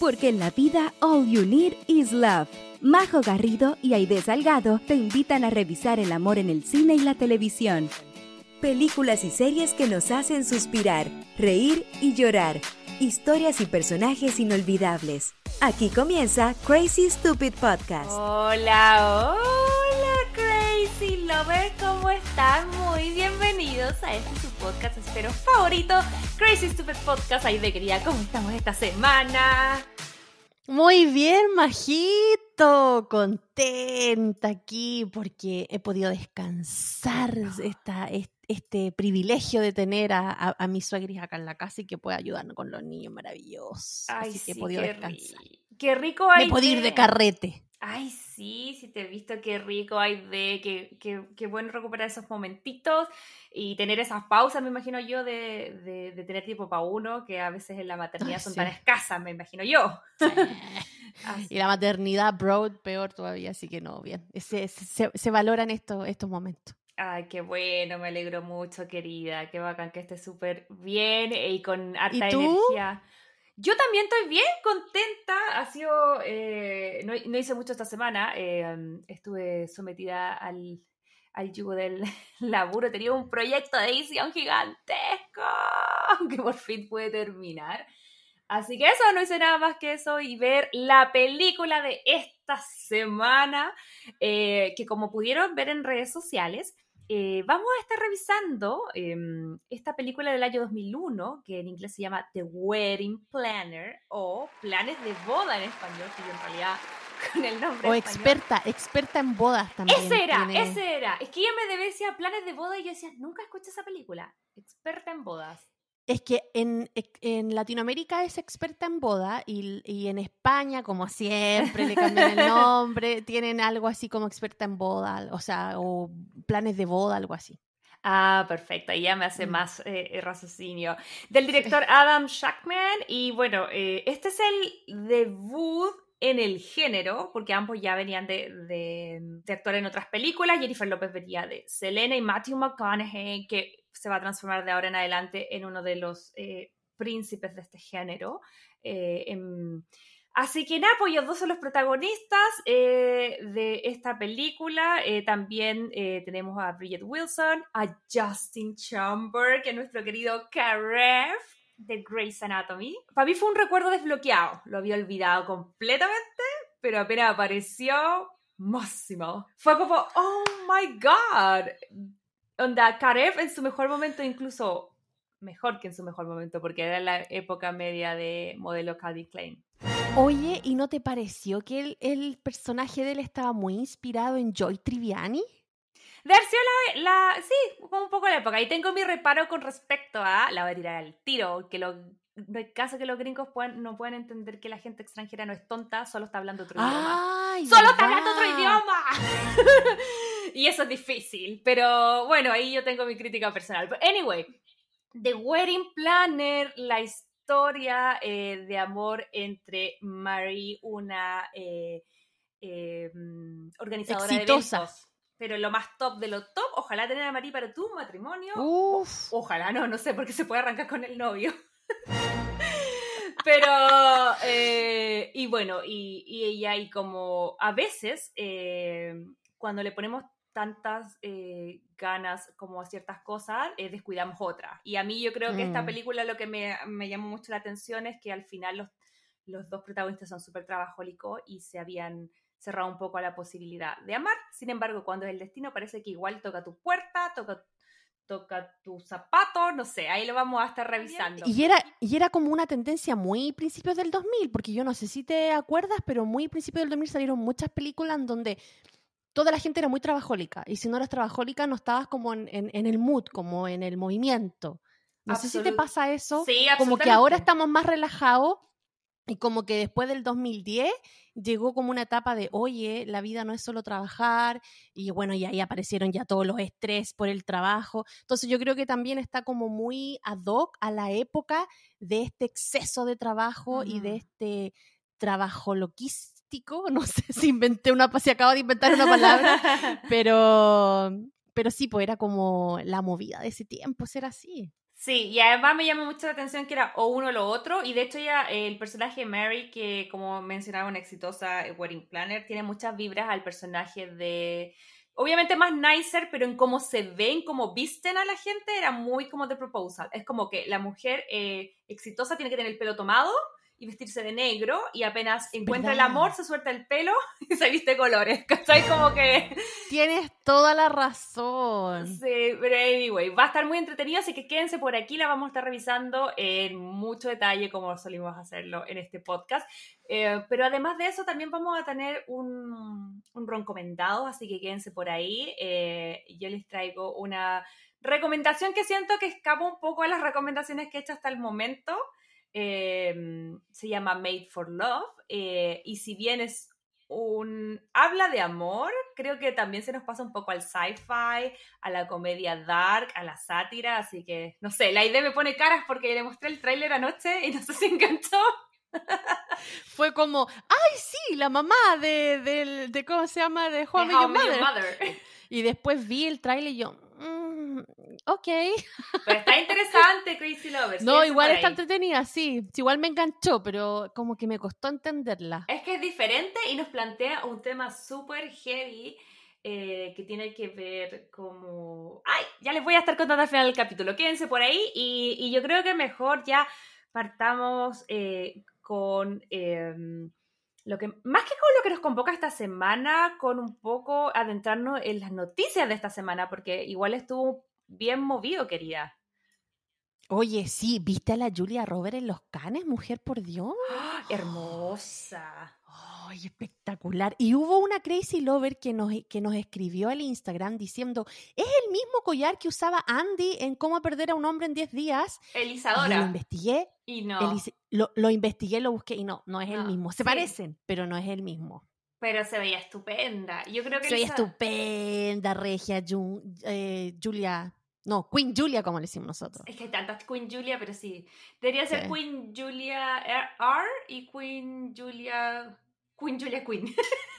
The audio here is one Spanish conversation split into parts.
Porque en la vida, all you need is love. Majo Garrido y Aide Salgado te invitan a revisar el amor en el cine y la televisión. Películas y series que nos hacen suspirar, reír y llorar. Historias y personajes inolvidables. Aquí comienza Crazy Stupid Podcast. Hola, hola Crazy Lovers, ¿cómo están? Muy bienvenidos a este su podcast, espero favorito, Crazy Stupid Podcast. Aide, querida, ¿cómo estamos esta semana? Muy bien, Majito, contenta aquí porque he podido descansar este privilegio de tener a mis suegris acá en la casa y que pueda ayudarnos con los niños maravillosos. Ay, así que sí, he podido descansar. Qué rico, Aide. Me puedo ir de carrete. Ay, sí te he visto, qué rico, Aide, qué bueno recuperar esos momentitos y tener esas pausas, me imagino yo, de tener tiempo para uno, que a veces en la maternidad son tan escasas, me imagino yo. Y la maternidad broad, peor todavía, así que no, bien. Se valoran estos momentos. Ay, qué bueno, me alegro mucho, querida, qué bacán que estés súper bien y con harta energía. Yo también estoy bien contenta, ha sido, no hice mucho esta semana, estuve sometida al yugo del laburo, tenía un proyecto de edición gigantesco que por fin pude terminar. Así que eso, no hice nada más que eso y ver la película de esta semana, que como pudieron ver en redes sociales, vamos a estar revisando esta película del año 2001, que en inglés se llama The Wedding Planner, o Planes de Boda en español, que yo en realidad con el nombre o español. experta en bodas también. Ese era. Es que ella me decía Planes de Boda y yo decía, nunca escuché esa película. Experta en bodas. Es que en Latinoamérica es experta en boda y en España, como siempre, le cambian el nombre, tienen algo así como experta en boda, o planes de boda, algo así. Ah, perfecto, ahí ya me hace más raciocinio. Del director Adam Shackman, y bueno, este es el debut en el género, porque ambos ya venían de actuar en otras películas. Jennifer López venía de Selena y Matthew McConaughey, que se va a transformar de ahora en adelante en uno de los príncipes de este género. Así que nada, pues ellos dos son los protagonistas de esta película. También tenemos a Bridget Wilson, a Justin Chamber, que es nuestro querido Karev de Grey's Anatomy. Para mí fue un recuerdo desbloqueado, lo había olvidado completamente, pero apenas apareció, máximo. Fue como, oh my god. Onda, Karev en su mejor momento, incluso mejor que en su mejor momento, porque era la época media de modelo Calvin Klein. Oye, ¿y no te pareció que el personaje de él estaba muy inspirado en Joy Tribbiani? De haber sido sí, como un poco la época. Y tengo mi reparo con respecto a, la voy a tirar al tiro, que no hay caso que los gringos no puedan entender que la gente extranjera no es tonta, solo está hablando otro idioma. ¡Solo está hablando otro idioma! Y eso es difícil, pero bueno, ahí yo tengo mi crítica personal. But anyway, The Wedding Planner, la historia de amor entre Marie, una organizadora exitosa de eventos, pero lo más top de lo top. Ojalá tener a Marie para tu matrimonio. Ojalá no sé, porque se puede arrancar con el novio. Pero y bueno, y ella, y como a veces cuando le ponemos tantas ganas como a ciertas cosas, descuidamos otras. Y a mí yo creo que esta película lo que me llamó mucho la atención es que al final los dos protagonistas son súper trabajólicos y se habían cerrado un poco a la posibilidad de amar. Sin embargo, cuando es el destino parece que igual toca tu puerta, toca tu zapato, no sé, ahí lo vamos a estar revisando. Y era como una tendencia muy principios del 2000, porque yo no sé si te acuerdas, pero muy principios del 2000 salieron muchas películas en donde toda la gente era muy trabajólica, y si no eras trabajólica no estabas como en el mood, como en el movimiento. No sé si te pasa eso, sí, como que ahora estamos más relajados, y como que después del 2010 llegó como una etapa de, oye, la vida no es solo trabajar, y bueno, y ahí aparecieron ya todos los estrés por el trabajo. Entonces yo creo que también está como muy ad hoc a la época de este exceso de trabajo y de este trabajo loquístico. No sé si acabo de inventar una palabra, pero sí, pues era como la movida de ese tiempo, ser así. Sí, y además me llamó mucho la atención que era o uno o lo otro, y de hecho ya el personaje Mary, que como mencionaba, una exitosa wedding planner, tiene muchas vibras al personaje de... Obviamente más nicer, pero en cómo se ven, cómo visten a la gente, era muy como The Proposal. Es como que la mujer exitosa tiene que tener el pelo tomado y vestirse de negro, y apenas encuentra el amor, se suelta el pelo y se viste colores, ¿cachai? Como que... Tienes toda la razón. Sí, pero anyway, va a estar muy entretenido, así que quédense por aquí, la vamos a estar revisando en mucho detalle como solimos hacerlo en este podcast. Pero además de eso también vamos a tener un recomendado, así que quédense por ahí. Yo les traigo una recomendación que siento que escapa un poco a las recomendaciones que he hecho hasta el momento. Se llama Made for Love, y si bien es habla de amor, creo que también se nos pasa un poco al sci-fi, a la comedia dark, a la sátira, así que, no sé, la idea me pone caras porque le mostré el tráiler anoche y no sé si enganchó. Fue como, ¡ay, sí! La mamá de ¿cómo se llama? De How I Met Your Mother. Y después vi el tráiler y yo, ok. Pero está interesante, Crazy Lovers. No, igual está entretenida, sí. Igual me enganchó, pero como que me costó entenderla. Es que es diferente y nos plantea un tema súper heavy que tiene que ver como... ¡Ay! Ya les voy a estar contando al final del capítulo. Quédense por ahí y yo creo que mejor ya partamos con... más que con lo que nos convoca esta semana, con un poco adentrarnos en las noticias de esta semana, porque igual estuvo bien movido, querida. Oye, sí, ¿viste a la Julia Roberts en Los Cannes, mujer por Dios? ¡Oh, hermosa! ¡Ay, espectacular! Y hubo una Crazy Lover que nos escribió al Instagram diciendo, es el mismo collar que usaba Andy en Cómo perder a un hombre en 10 días. Elisadora. Y yo lo investigué. Y no. Lo investigué, lo busqué y no es el mismo. Se parecen, pero no es el mismo. Pero se veía estupenda. Yo creo que se veía estupenda, regia, Julia... No, Queen Julia, como le decimos nosotros. Es que hay tantas Queen Julia, pero sí. Debería ser Queen Julia R y Queen Julia Queen.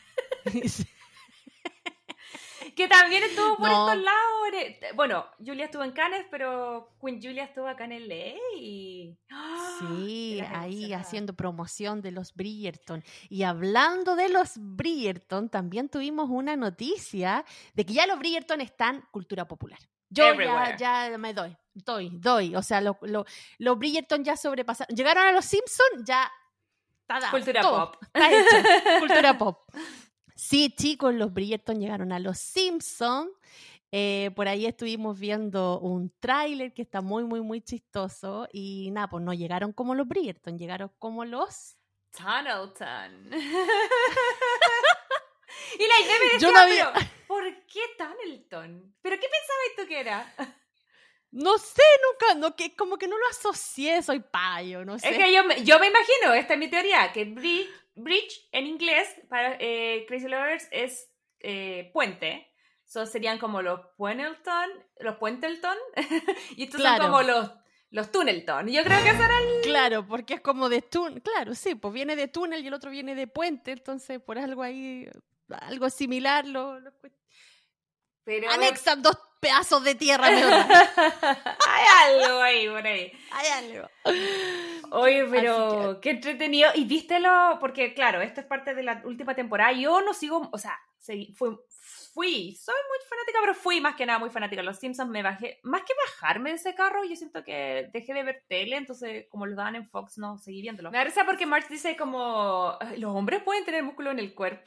Que también estuvo por estos lados. Bueno, Julia estuvo en Cannes, pero Queen Julia estuvo acá en LA y... Sí, ahí haciendo promoción de los Bridgerton. Y hablando de los Bridgerton, también tuvimos una noticia de que ya los Bridgerton están cultura popular. Yo ya me doy. O sea, los Bridgerton ya sobrepasaron. Llegaron a los Simpsons, ya está dado. Cultura pop. Está hecho. Cultura pop. Sí, chicos, los Bridgerton llegaron a los Simpsons. Por ahí estuvimos viendo un tráiler que está muy, muy, muy chistoso. Y nada, pues no llegaron como los Bridgerton, llegaron como los... Tunnelton. Y la idea me decía, pero ¿por qué Tunnelton? ¿Pero qué pensabas tú que era? No sé, nunca, como que no lo asocié, soy payo, no sé. Es que yo me imagino, esta es mi teoría, que bridge en inglés para Crazy Lovers es puente. Serían como los Puentelton, y estos son como los Tunnelton. Yo creo que eso era el... Claro, porque es como de túnel, claro, sí, pues viene de túnel y el otro viene de puente, entonces por algo ahí, algo similar, pero anexan dos pedazos de tierra. Hay algo ahí, por ahí. Hay algo. Oye, pero qué entretenido. Y vístelo, porque claro, esto es parte de la última temporada. Yo no sigo, o sea, soy muy fanática, pero fui más que nada muy fanática. Los Simpsons me bajé, más que bajarme de ese carro, yo siento que dejé de ver tele, entonces como lo daban en Fox, no seguí viéndolo. Me da risa porque Marge dice como, ¿los hombres pueden tener músculo en el cuerpo?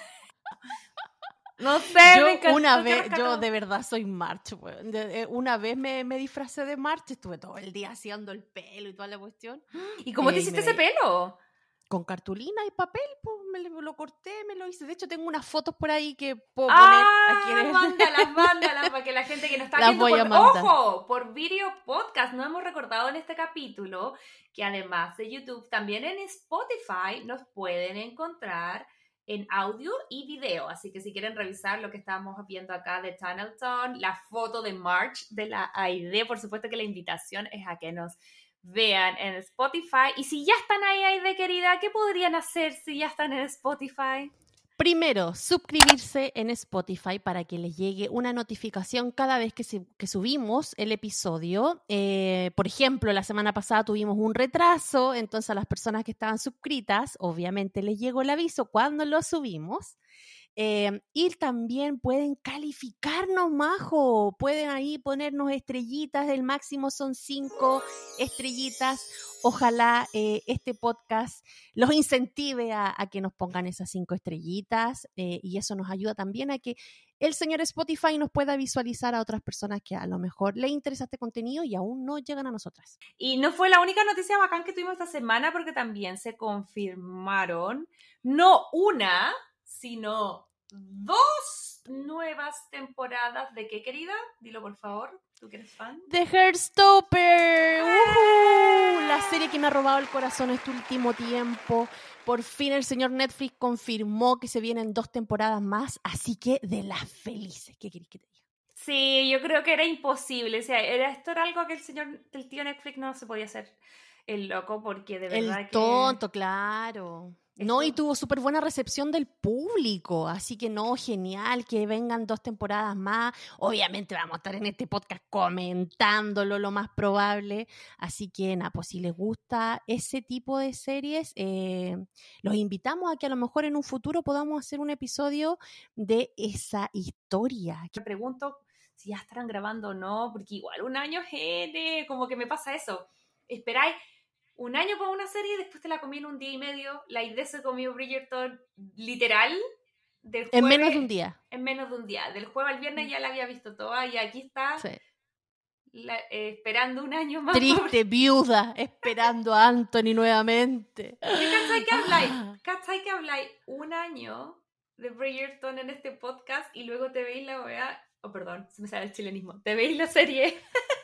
No sé, me encantó. Yo de verdad soy Marge. Una vez me disfracé de Marge, estuve todo el día haciendo el pelo y toda la cuestión. ¿Y cómo te hiciste ese pelo? Con cartulina y papel, pues me lo corté, me lo hice. De hecho, tengo unas fotos por ahí que puedo poner a quienes... Mándalas, para que la gente que nos está viendo por video podcast, no hemos recordado en este capítulo que además de YouTube, también en Spotify nos pueden encontrar en audio y video, así que si quieren revisar lo que estamos viendo acá de Tunnelton, la foto de Marge de la AID, por supuesto que la invitación es a que nos vean en Spotify. Y si ya están ahí, AID querida, ¿qué podrían hacer si ya están en Spotify? Primero, suscribirse en Spotify para que les llegue una notificación cada vez que subimos el episodio. Por ejemplo, la semana pasada tuvimos un retraso, entonces a las personas que estaban suscritas, obviamente les llegó el aviso cuando lo subimos. Y también pueden calificarnos, majo. Pueden ahí ponernos estrellitas. El máximo son 5 estrellitas. Ojalá este podcast los incentive a que nos pongan esas 5 estrellitas. Y eso nos ayuda también a que el señor Spotify nos pueda visualizar a otras personas que a lo mejor les interesa este contenido y aún no llegan a nosotras. Y no fue la única noticia bacán que tuvimos esta semana, porque también se confirmaron, no una, sino 2 nuevas temporadas de ¿qué, querida? Dilo, por favor, tú que eres fan. The Heartstopper. La serie que me ha robado el corazón este último tiempo. Por fin el señor Netflix confirmó que se vienen 2 temporadas más, así que de las felices. ¿Qué querés que te diga? Sí, yo creo que era imposible. O sea, esto era algo que el tío Netflix no se podía hacer el loco, porque de verdad el tonto, claro. No, y tuvo súper buena recepción del público, así que no, genial que vengan 2 temporadas más. Obviamente vamos a estar en este podcast comentándolo lo más probable, así que nada, pues si les gusta ese tipo de series, los invitamos a que a lo mejor en un futuro podamos hacer un episodio de esa historia. Me pregunto si ya estarán grabando o no, porque igual un año, gente, como que me pasa eso. Esperáis un año para una serie y después te la comí en un día y medio. La idea se comió Bridgerton literal del jueves, en menos de un día. En menos de un día. Del jueves al viernes ya la había visto toda y aquí está sí. esperando un año más. Triste viuda, esperando a Anthony nuevamente. ¿Cachai que habláis un año de Bridgerton en este podcast y luego te veis la weá? Oh, perdón, se me sale el chilenismo. Te veis la serie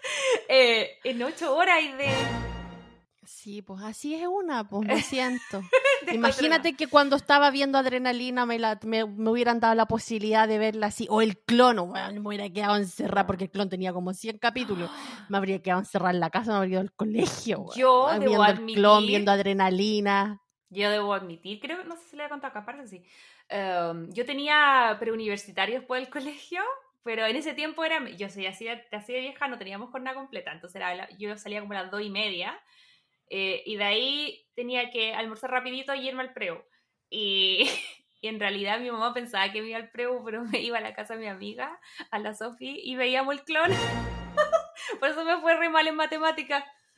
en 8 horas y de... Sí, pues así es pues lo siento. Imagínate que cuando estaba viendo Adrenalina me hubieran dado la posibilidad de verla así, o el clon, bueno, me hubiera quedado encerrada porque el clon tenía como 100 capítulos, me habría quedado encerrada en la casa, me habría ido al colegio. Yo debo viendo admitir, el clon, viendo Adrenalina. Yo debo admitir, creo, no sé si le he contado acá, parece sí. Yo tenía preuniversitario después del colegio, pero en ese tiempo yo soy así de vieja, no teníamos jornada completa, entonces yo salía como a las 2:30. Y de ahí tenía que almorzar rapidito y irme al preu. Y en realidad mi mamá pensaba que me iba al preu, pero me iba a la casa de mi amiga, a la Sofi, y veíamos el clon. Por eso me fue re mal en matemáticas.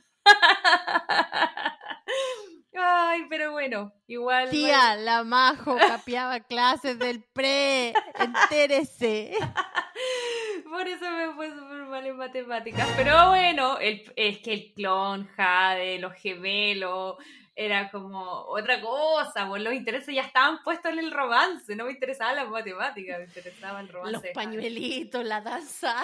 Ay, pero bueno, igual... Tía, bueno. La Majo capeaba clases del pre, entérese. Por eso me fue súper mal en matemáticas. Pero bueno, es que el clon, Jade, los gemelos, era como otra cosa. Pues los intereses ya estaban puestos en el romance. No me interesaba la matemática, me interesaba el romance. Los pañuelitos, la danza.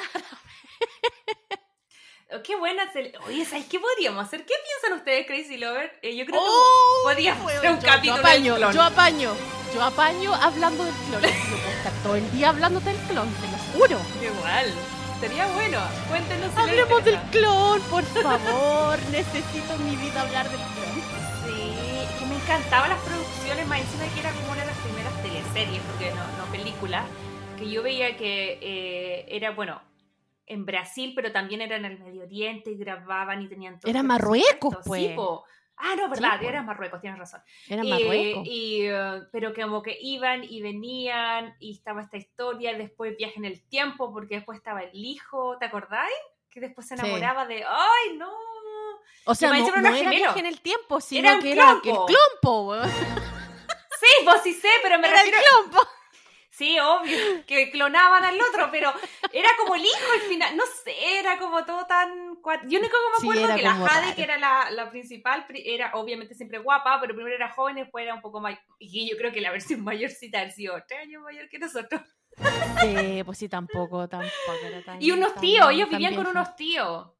Qué buena. Oye, ¿sabes qué podríamos hacer? ¿Qué piensan ustedes, Crazy Lover? Yo creo que podríamos hacer un capítulo del clon. Yo apaño hablando del clon. Yo puedo estar todo el día hablando del clon, te lo juro. Igual. Sería bueno. Cuéntenos si hablemos del clon, por favor. Necesito en mi vida hablar del clon. Sí, que me encantaban las producciones, más encima que era como una de las primeras teleseries, porque no películas, que yo veía que era, bueno, en Brasil, pero también era en el Medio Oriente y grababan y tenían todo. Era Marruecos, pues. Sí, po. Ah, no, verdad, sí, era Marruecos, tienes razón. Era Marruecos. Pero como que iban y venían y estaba esta historia, después viaje en el tiempo, porque después estaba el hijo, ¿te acordáis? Que después se enamoraba de... ¡Ay, no! O sea, no era viaje en el tiempo, sino que era el clompo. Sí, pues sí sé, pero me refiero... el clompo. Sí, obvio, que clonaban al otro, pero era como el hijo al final, no sé, era como todo tan... Yo único que me acuerdo que la Jade, raro. Que era la principal, era obviamente siempre guapa, pero primero era joven, después era un poco mayor, y yo creo que la versión mayorcita ha sido 3 años mayor que nosotros. Sí, pues sí, tampoco era tan... Y unos tíos, ellos vivían con unos tíos.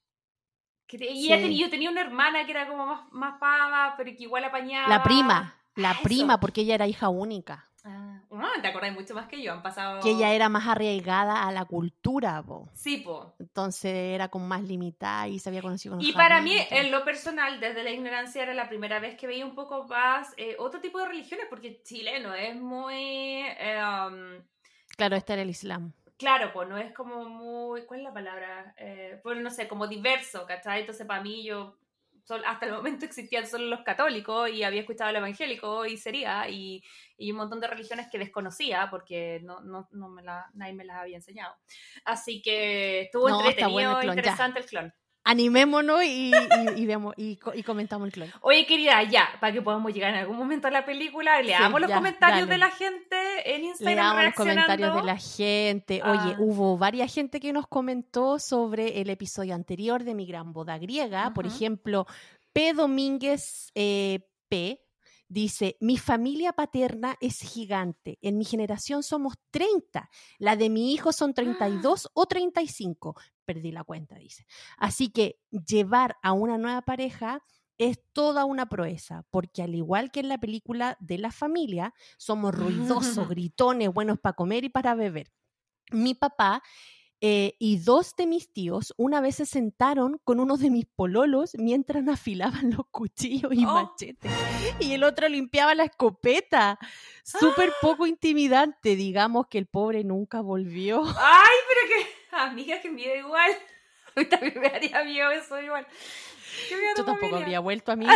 Y yo tenía una hermana que era como más pava, pero que igual apañaba. La prima, porque ella era hija única. te acordás mucho más que yo, han pasado... Que ella era más arraigada a la cultura, po. Sí, po. Entonces era como más limitada y se había conocido con Y para mí, en lo personal, desde la ignorancia, era la primera vez que veía un poco más otro tipo de religiones, porque Chile no es muy... claro, este era el Islam. Claro, pues no es como muy... ¿Cuál es la palabra? Pues no sé, como diverso, ¿cachai? Entonces para mí hasta el momento existían solo los católicos y había escuchado el evangélico y un montón de religiones que desconocía porque nadie me las había enseñado. Así que estuvo entretenido, bueno interesante el clon. Animémonos y veamos y comentamos el clon. Oye, querida, ya, para que podamos llegar en algún momento a la película, leamos los comentarios de la gente en Instagram. Leamos los comentarios de la gente. Oye, hubo varias gente que nos comentó sobre el episodio anterior de Mi Gran Boda Griega. Por ejemplo, P. Domínguez P. dice, mi familia paterna es gigante. En mi generación somos 30. La de mi hijo son 32 o 35. Perdí la cuenta, dice. Así que llevar a una nueva pareja es toda una proeza, porque al igual que en la película de La Familia, somos ruidosos, gritones, buenos para comer y para beber. Mi papá y 2 de mis tíos una vez se sentaron con uno de mis pololos mientras afilaban los cuchillos y machetes y el otro limpiaba la escopeta. Súper poco intimidante, digamos que el pobre nunca volvió. ¡Ay, pero qué! Amiga, que miedo igual. A mí también me haría miedo eso igual. Yo tampoco habría vuelto, amiga.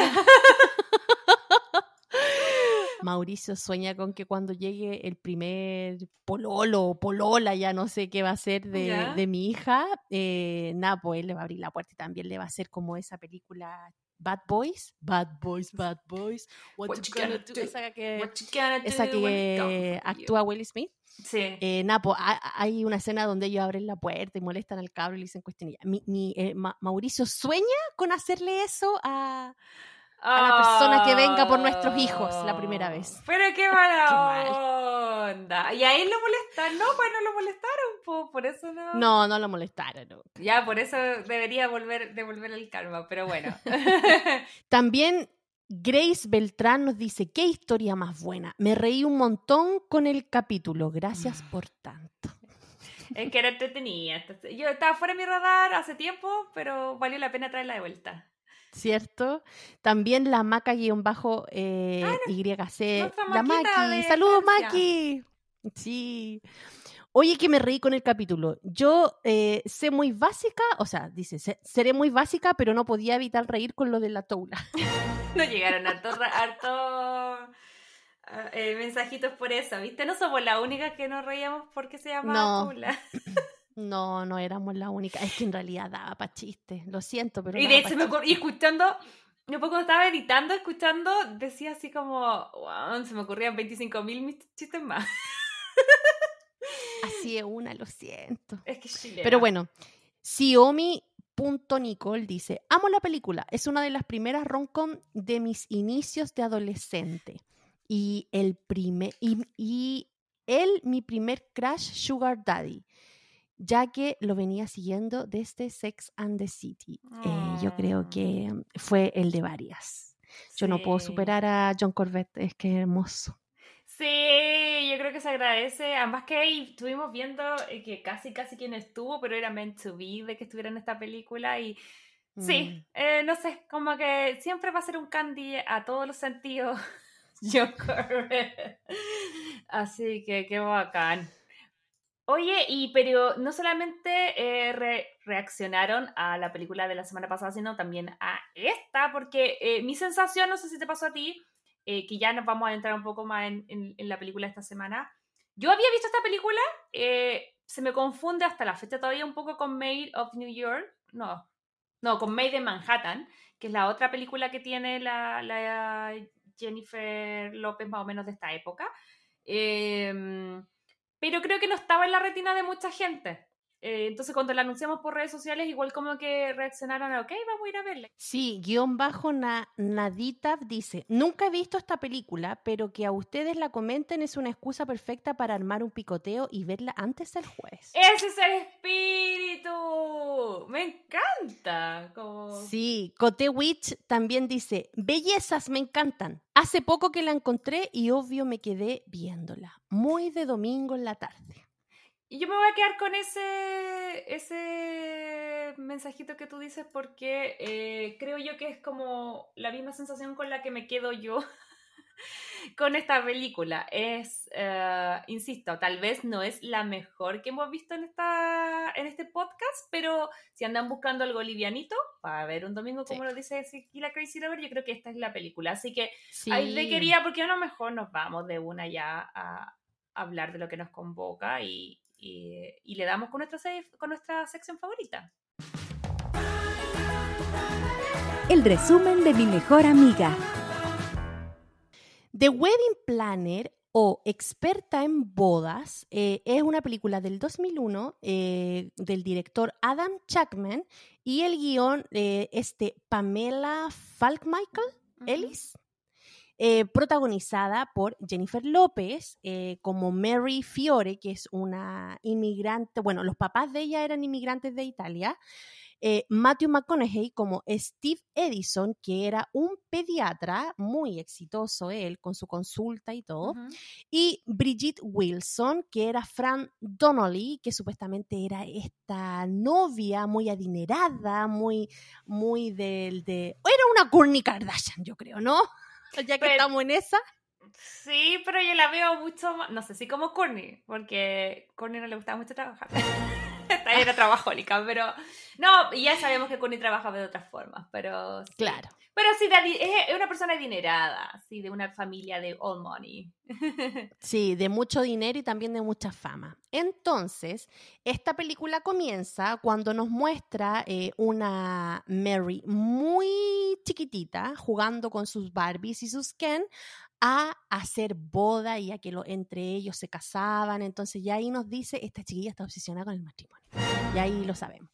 Mauricio sueña con que cuando llegue el primer pololo o polola, ya no sé qué va a ser de mi hija, pues él le va a abrir la puerta y también le va a hacer como esa película Bad Boys. What you gonna do? Esa que actúa Will Smith. Sí. Pues hay una escena donde ellos abren la puerta y molestan al cabro y le dicen cuestiones. Mauricio sueña con hacerle eso a la persona que venga por nuestros hijos la primera vez. Pero qué mala onda. Y a él lo molestaron. No, pues no lo molestaron, por eso no. No lo molestaron. No. Ya, por eso debería devolver el karma, pero bueno. También Grace Beltrán nos dice, qué historia más buena. Me reí un montón con el capítulo. Gracias por tanto. Es que era entretenida. Yo estaba fuera de mi radar hace tiempo, pero valió la pena traerla de vuelta. ¿Cierto? También la Maca-YC, la Maki, ¡saludos Maki! Sí. Oye, que me reí con el capítulo. Yo sé muy básica, o sea, dice, seré muy básica, pero no podía evitar reír con lo de la toula. No llegaron harto mensajitos por eso, ¿viste? No somos la única que nos reíamos porque se llamaba toula. No éramos la única. Es que en realidad daba pa' chistes. Lo siento, pero. Y de hecho, y escuchando, después cuando estaba editando, decía así como, wow, se me ocurrían 25.000 chistes más. Así es una, lo siento. Es que chilena. Pero bueno, Xiaomi.Nicole dice, amo la película. Es una de las primeras rom-com de mis inicios de adolescente. Y mi primer crush sugar daddy, ya que lo venía siguiendo desde Sex and the City. Yo creo que fue el de varias. Yo no puedo superar a John Corbett, es que es hermoso. Sí, yo creo que se agradece. Además que estuvimos viendo que casi quién estuvo, pero era meant to be de que estuviera en esta película y sí, no sé, como que siempre va a ser un candy a todos los sentidos. John Corbett. Así que qué bacán. Oye, pero no solamente reaccionaron a la película de la semana pasada, sino también a esta, porque mi sensación, no sé si te pasó a ti, que ya nos vamos a adentrar un poco más en la película esta semana. Yo había visto esta película, se me confunde hasta la fecha todavía un poco con Maid of New York, no, con Maid in Manhattan, que es la otra película que tiene la Jennifer López más o menos de esta época. Pero creo que no estaba en la retina de mucha gente. Entonces cuando la anunciamos por redes sociales igual como que reaccionaron a ok, vamos a ir a verla. Sí, Nadita dice, nunca he visto esta película, pero que a ustedes la comenten es una excusa perfecta para armar un picoteo y verla antes del jueves. Ese es el espíritu. bonito! ¡Me encanta! Sí, Coté Witch también dice, bellezas me encantan. Hace poco que la encontré y obvio me quedé viéndola. Muy de domingo en la tarde. Y yo me voy a quedar con ese mensajito que tú dices porque creo yo que es como la misma sensación con la que me quedo yo con esta película. Insisto, tal vez no es la mejor que hemos visto en este podcast, pero si andan buscando algo livianito, para ver un domingo, como lo dice aquí la Crazy Lover, yo creo que esta es la película. Así que ahí le quería, porque a lo mejor nos vamos de una ya a hablar de lo que nos convoca y le damos con nuestra sección favorita. El resumen de Mi Mejor Amiga. The Wedding Planner o Experta en Bodas es una película del 2001 del director Adam Chapman y el guión es de Pamela Falkmichael Ellis. Protagonizada por Jennifer López como Mary Fiore, que es una inmigrante, bueno, los papás de ella eran inmigrantes de Italia, Matthew McConaughey como Steve Edison, que era un pediatra muy exitoso él, con su consulta y todo, y Brigitte Wilson, que era Fran Donnelly, que supuestamente era esta novia muy adinerada, muy era una Kourtney Kardashian, yo creo, ¿no? Ya que estamos en esa. Sí, pero yo la veo mucho más, no sé si como Kourtney, porque a Kourtney no le gustaba mucho trabajar. Era trabajólica, pero no, ya sabemos que Kourtney trabaja de otras formas, pero sí. Claro. Pero sí, es una persona adinerada, sí, de una familia de all money. Sí, de mucho dinero y también de mucha fama. Entonces, esta película comienza cuando nos muestra una Mary muy chiquitita jugando con sus Barbies y sus Ken a hacer boda y a que entre ellos se casaban. Entonces ya ahí nos dice, esta chiquilla está obsesionada con el matrimonio. Y ahí lo sabemos.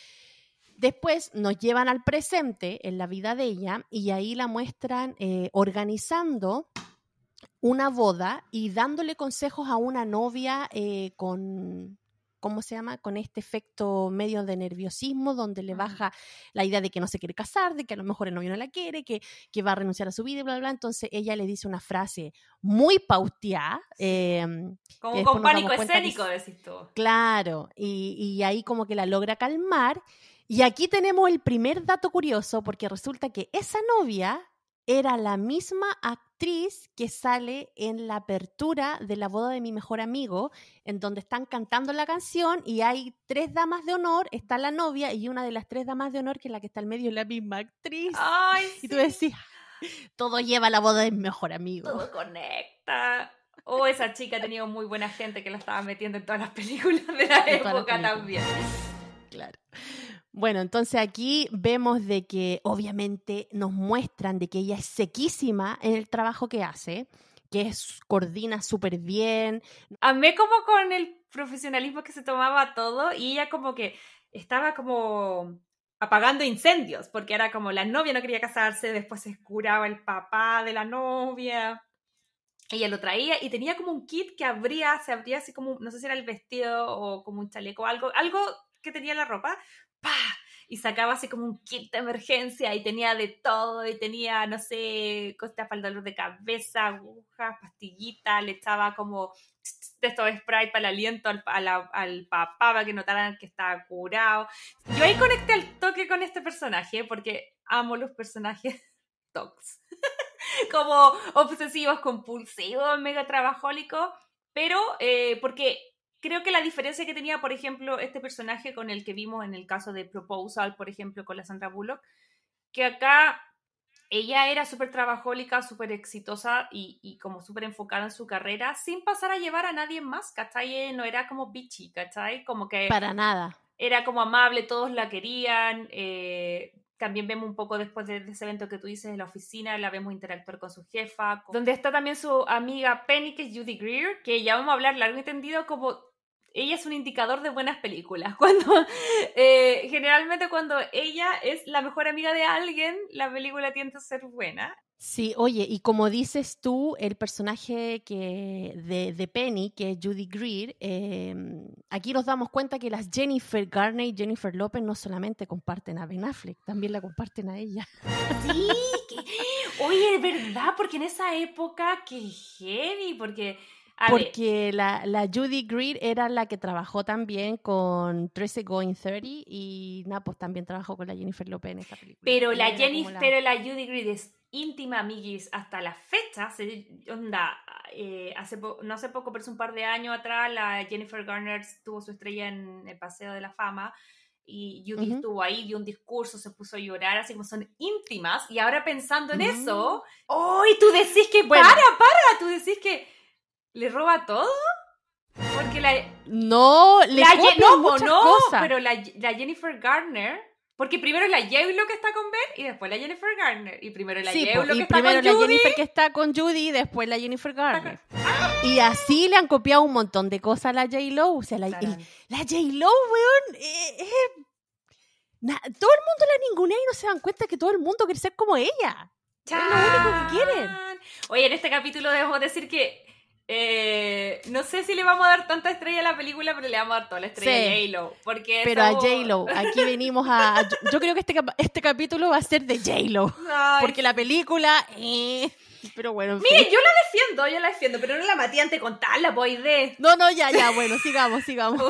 Después nos llevan al presente en la vida de ella y ahí la muestran organizando una boda y dándole consejos a una novia con, ¿cómo se llama? Con este efecto medio de nerviosismo donde le baja la idea de que no se quiere casar, de que a lo mejor el novio no la quiere, que va a renunciar a su vida y bla, bla, bla. Entonces ella le dice una frase muy pauteada. Como con pánico escénico, decís tú. Claro, y ahí como que la logra calmar. Y aquí tenemos el primer dato curioso porque resulta que esa novia era la misma actriz que sale en la apertura de la boda de mi mejor amigo, en donde están cantando la canción y hay 3 damas de honor, está la novia y una de las 3 damas de honor, que es la que está al medio, es la misma actriz. Ay, y tú decís, todo lleva a la boda de mi mejor amigo. Todo conecta. Esa chica tenía muy buena gente que la estaba metiendo en todas las películas de la época también. Claro. Bueno, entonces aquí vemos de que obviamente nos muestran de que ella es sequísima en el trabajo que hace, que coordina súper bien. Amé como con el profesionalismo que se tomaba todo y ella como que estaba como apagando incendios, porque era como la novia no quería casarse, después se curaba el papá de la novia. Ella lo traía y tenía como un kit que se abría así como, no sé si era el vestido o como un chaleco, algo que tenía la ropa, ¡pah! Y sacaba así como un kit de emergencia y tenía de todo y tenía, no sé, cosas para el dolor de cabeza, agujas, pastillitas, le echaba como de estos spray para el aliento al papá para que notaran que estaba curado. Yo ahí conecté al toque con este personaje porque amo los personajes tox. Como obsesivos, compulsivos, mega trabajólicos, pero porque creo que la diferencia que tenía, por ejemplo, este personaje con el que vimos en el caso de Proposal, por ejemplo, con la Sandra Bullock, que acá ella era súper trabajólica, súper exitosa y como súper enfocada en su carrera, sin pasar a llevar a nadie más, ¿cachai? No era como bitchy, ¿cachai? Como que... Para nada. Era como amable, todos la querían. También vemos un poco después de ese evento que tú dices en la oficina, la vemos interactuar con su jefa, donde está también su amiga Penny, que es Judy Greer, que ya vamos a hablar largo y tendido como ella es un indicador de buenas películas. Generalmente cuando ella es la mejor amiga de alguien, la película tiende a ser buena. Sí, oye, y como dices tú, el personaje de Penny, que es Judy Greer, aquí nos damos cuenta que las Jennifer Garner y Jennifer Lopez no solamente comparten a Ben Affleck, también la comparten a ella. Sí, oye, es verdad, porque en esa época, qué heavy, porque... Porque la Judy Greer era la que trabajó también con 13 Going 30 y pues también trabajó con la Jennifer Lopez en esta película. Pero la Judy Greer es íntima, amiguis, hasta la fecha. No hace poco, pero hace un par de años atrás, la Jennifer Garner tuvo su estrella en el Paseo de la Fama y Judy estuvo ahí, dio un discurso, se puso a llorar, así como son íntimas. Y ahora pensando en eso, ¡y tú decís que tú decís que le roba todo? Porque no, le copia muchas cosas. Pero la Jennifer Garner, porque primero es la J-Lo que está con Ben y después la Jennifer Garner, y primero la J-Lo que está con Judy. Primero la Jennifer que está con Judy y después la Jennifer Garner. Y así le han copiado un montón de cosas a la J-Lo. O sea, la J-Lo, weón, todo el mundo la ningunea y no se dan cuenta que todo el mundo quiere ser como ella. ¡Chan! Es lo único que quieren. Oye, en este capítulo debemos decir que no sé si le vamos a dar tanta estrella a la película, pero le vamos a dar toda la estrella a J-Lo. Pero a J-Lo, aquí venimos a... Yo creo que este capítulo va a ser de J-Lo. Porque la película... pero bueno, Mire, yo la defiendo, pero no la maté antes de contarla, pues, No, ya, bueno, sigamos.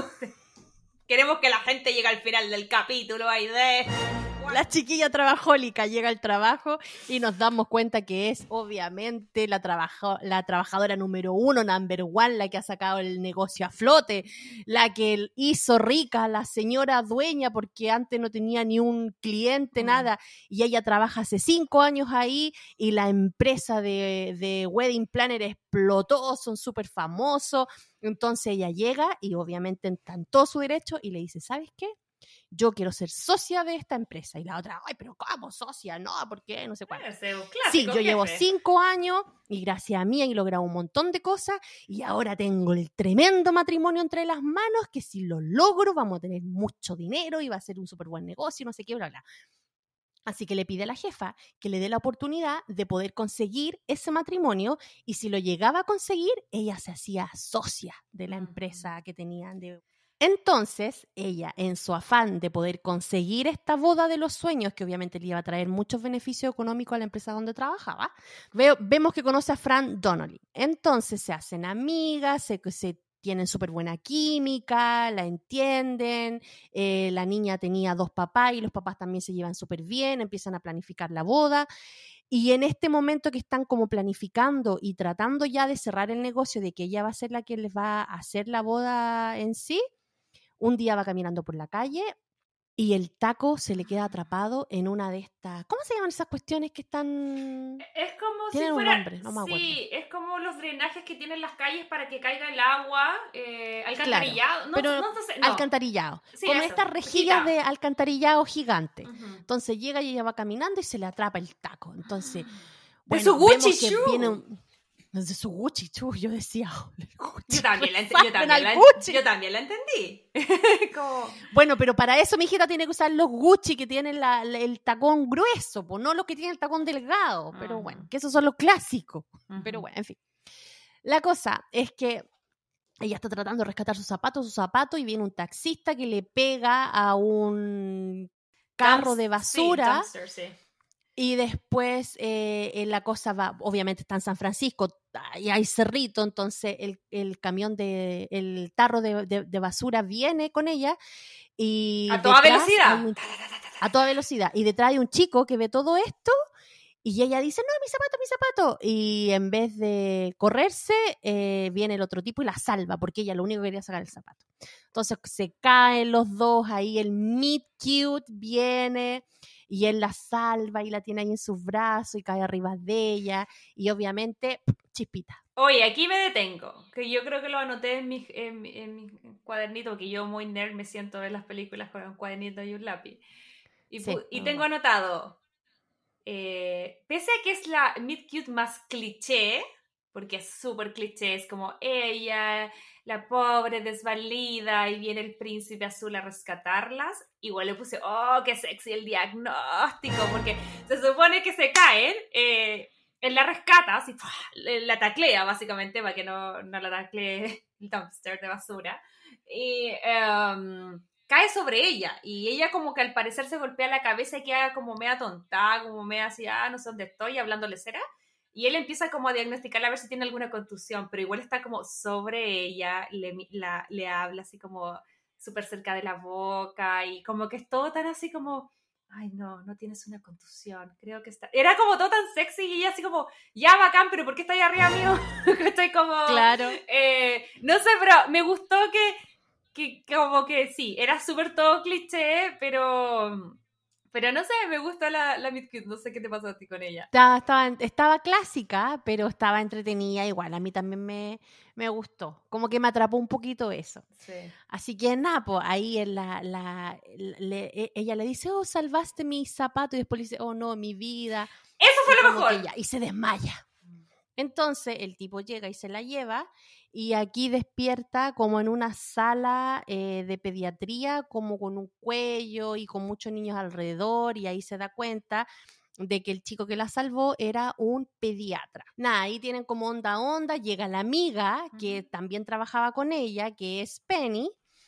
Queremos que la gente llegue al final del capítulo, Aide. La chiquilla trabajólica llega al trabajo y nos damos cuenta que es obviamente la trabajadora número 1, number 1, la que ha sacado el negocio a flote, la que hizo rica, la señora dueña, porque antes no tenía ni un cliente, nada, y ella trabaja hace 5 años ahí y la empresa de Wedding Planner explotó, son súper famosos. Entonces ella llega y obviamente está en todo su derecho y le dice, ¿sabes qué? Yo quiero ser socia de esta empresa. Y la otra, ay, pero ¿cómo socia? No, ¿por qué? No sé cuál. Sí, yo llevo 5 años y gracias a mí he logrado un montón de cosas y ahora tengo el tremendo matrimonio entre las manos que si lo logro vamos a tener mucho dinero y va a ser un súper buen negocio, no sé qué, bla, bla. Así que le pide a la jefa que le dé la oportunidad de poder conseguir ese matrimonio y si lo llegaba a conseguir, ella se hacía socia de la empresa que tenían de... Entonces, ella, en su afán de poder conseguir esta boda de los sueños, que obviamente le iba a traer muchos beneficios económicos a la empresa donde trabajaba, vemos que conoce a Fran Donnelly. Entonces se hacen amigas, se tienen súper buena química, la entienden, la niña tenía 2 papás y los papás también se llevan súper bien, empiezan a planificar la boda. Y en este momento que están como planificando y tratando ya de cerrar el negocio de que ella va a ser la que les va a hacer la boda en sí, un día va caminando por la calle y el taco se le queda atrapado en una de estas... ¿Cómo se llaman esas cuestiones que están...? Es como tienen si fuera... un nombre, no me acuerdo. Sí, es como los drenajes que tienen las calles para que caiga el agua, alcantarillado. Claro, alcantarillado. Sí, como estas rejillas de alcantarillado gigante. Entonces llega y ella va caminando y se le atrapa el taco. Entonces, bueno, su Gucci desde su Gucci, yo decía, Gucci, yo también la entendí. Como... Bueno, pero para eso mi hijita tiene que usar los Gucci que tienen el tacón grueso, pues no los que tienen el tacón delgado, pero bueno, que esos son los clásicos. Pero bueno, en fin. La cosa es que ella está tratando de rescatar su zapato y viene un taxista que le pega a un carro de basura. Sí, dumpster, sí. Y después la cosa va, obviamente está en San Francisco y hay cerrito, entonces el camión el tarro de basura viene con ella y a toda velocidad. A toda velocidad. Y detrás hay un chico que ve todo esto y ella dice, no, mi zapato. Y en vez de correrse, viene el otro tipo y la salva, porque ella lo único que quería es sacar el zapato. Entonces se caen los dos, ahí el meet cute viene... Y él la salva y la tiene ahí en sus brazos y cae arriba de ella. Y obviamente, chispita. Oye, aquí me detengo. Que yo creo que lo anoté en mi cuadernito. Porque yo muy nerd me siento a ver las películas con un cuadernito y un lápiz. Y tengo anotado. Pese a que es la meet cute más cliché. Porque es súper cliché. Es como ella... la pobre desvalida y viene el príncipe azul a rescatarlas. Igual le puse, qué sexy el diagnóstico, porque se supone que se caen él la rescata, así, la taclea básicamente para que no la taclee el dumpster de basura. Y cae sobre ella. Y ella como que al parecer se golpea la cabeza y queda como media tontada, como media así, no sé dónde estoy, hablándole cera. Y él empieza como a diagnosticarla a ver si tiene alguna contusión, pero igual está como sobre ella, le habla así como súper cerca de la boca y como que es todo tan así como, ay no tienes una contusión, creo que está... Era como todo tan sexy y ella así como, ya bacán, pero ¿por qué está ahí arriba mío? Estoy como... Claro. No sé, pero me gustó que como que sí, era súper todo cliché, pero no sé, me gusta la Meet Cute, no sé qué te pasó a ti con ella. Estaba clásica, pero estaba entretenida igual. A mí también me gustó. Como que me atrapó un poquito eso. Sí. Así que nada, pues ahí ella le dice, oh, salvaste mi zapato. Y después le dice, oh, no, mi vida. Eso fue lo mejor. Y se desmaya. Entonces el tipo llega y se la lleva y aquí despierta como en una sala de pediatría, como con un cuello y con muchos niños alrededor, y ahí se da cuenta de que el chico que la salvó era un pediatra. Nada, ahí tienen como onda, llega la amiga que también trabajaba con ella, que es Penny,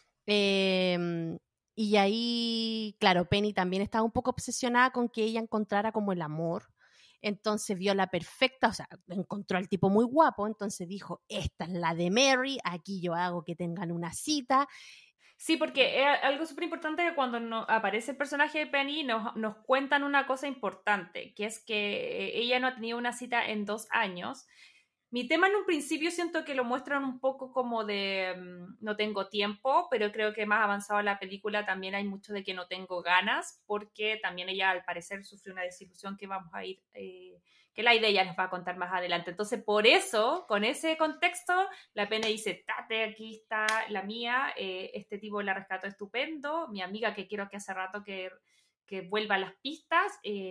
y ahí, claro, Penny también estaba un poco obsesionada con que ella encontrara como el amor. Entonces vio la perfecta, o sea, encontró al tipo muy guapo, entonces dijo, esta es la de Mary, aquí yo hago que tengan una cita. Sí, porque es algo súper importante que cuando aparece el personaje de Penny nos cuentan una cosa importante, que es que ella no ha tenido una cita en 2 años. Mi tema en un principio siento que lo muestran un poco como de no tengo tiempo, pero creo que más avanzado en la película también hay mucho de que no tengo ganas, porque también ella al parecer sufrió una desilusión que vamos a ir, que la idea nos va a contar más adelante. Entonces por eso, con ese contexto, la Penny dice, tate, aquí está la mía, este tipo la rescató estupendo, mi amiga que quiero que hace rato que vuelva a las pistas,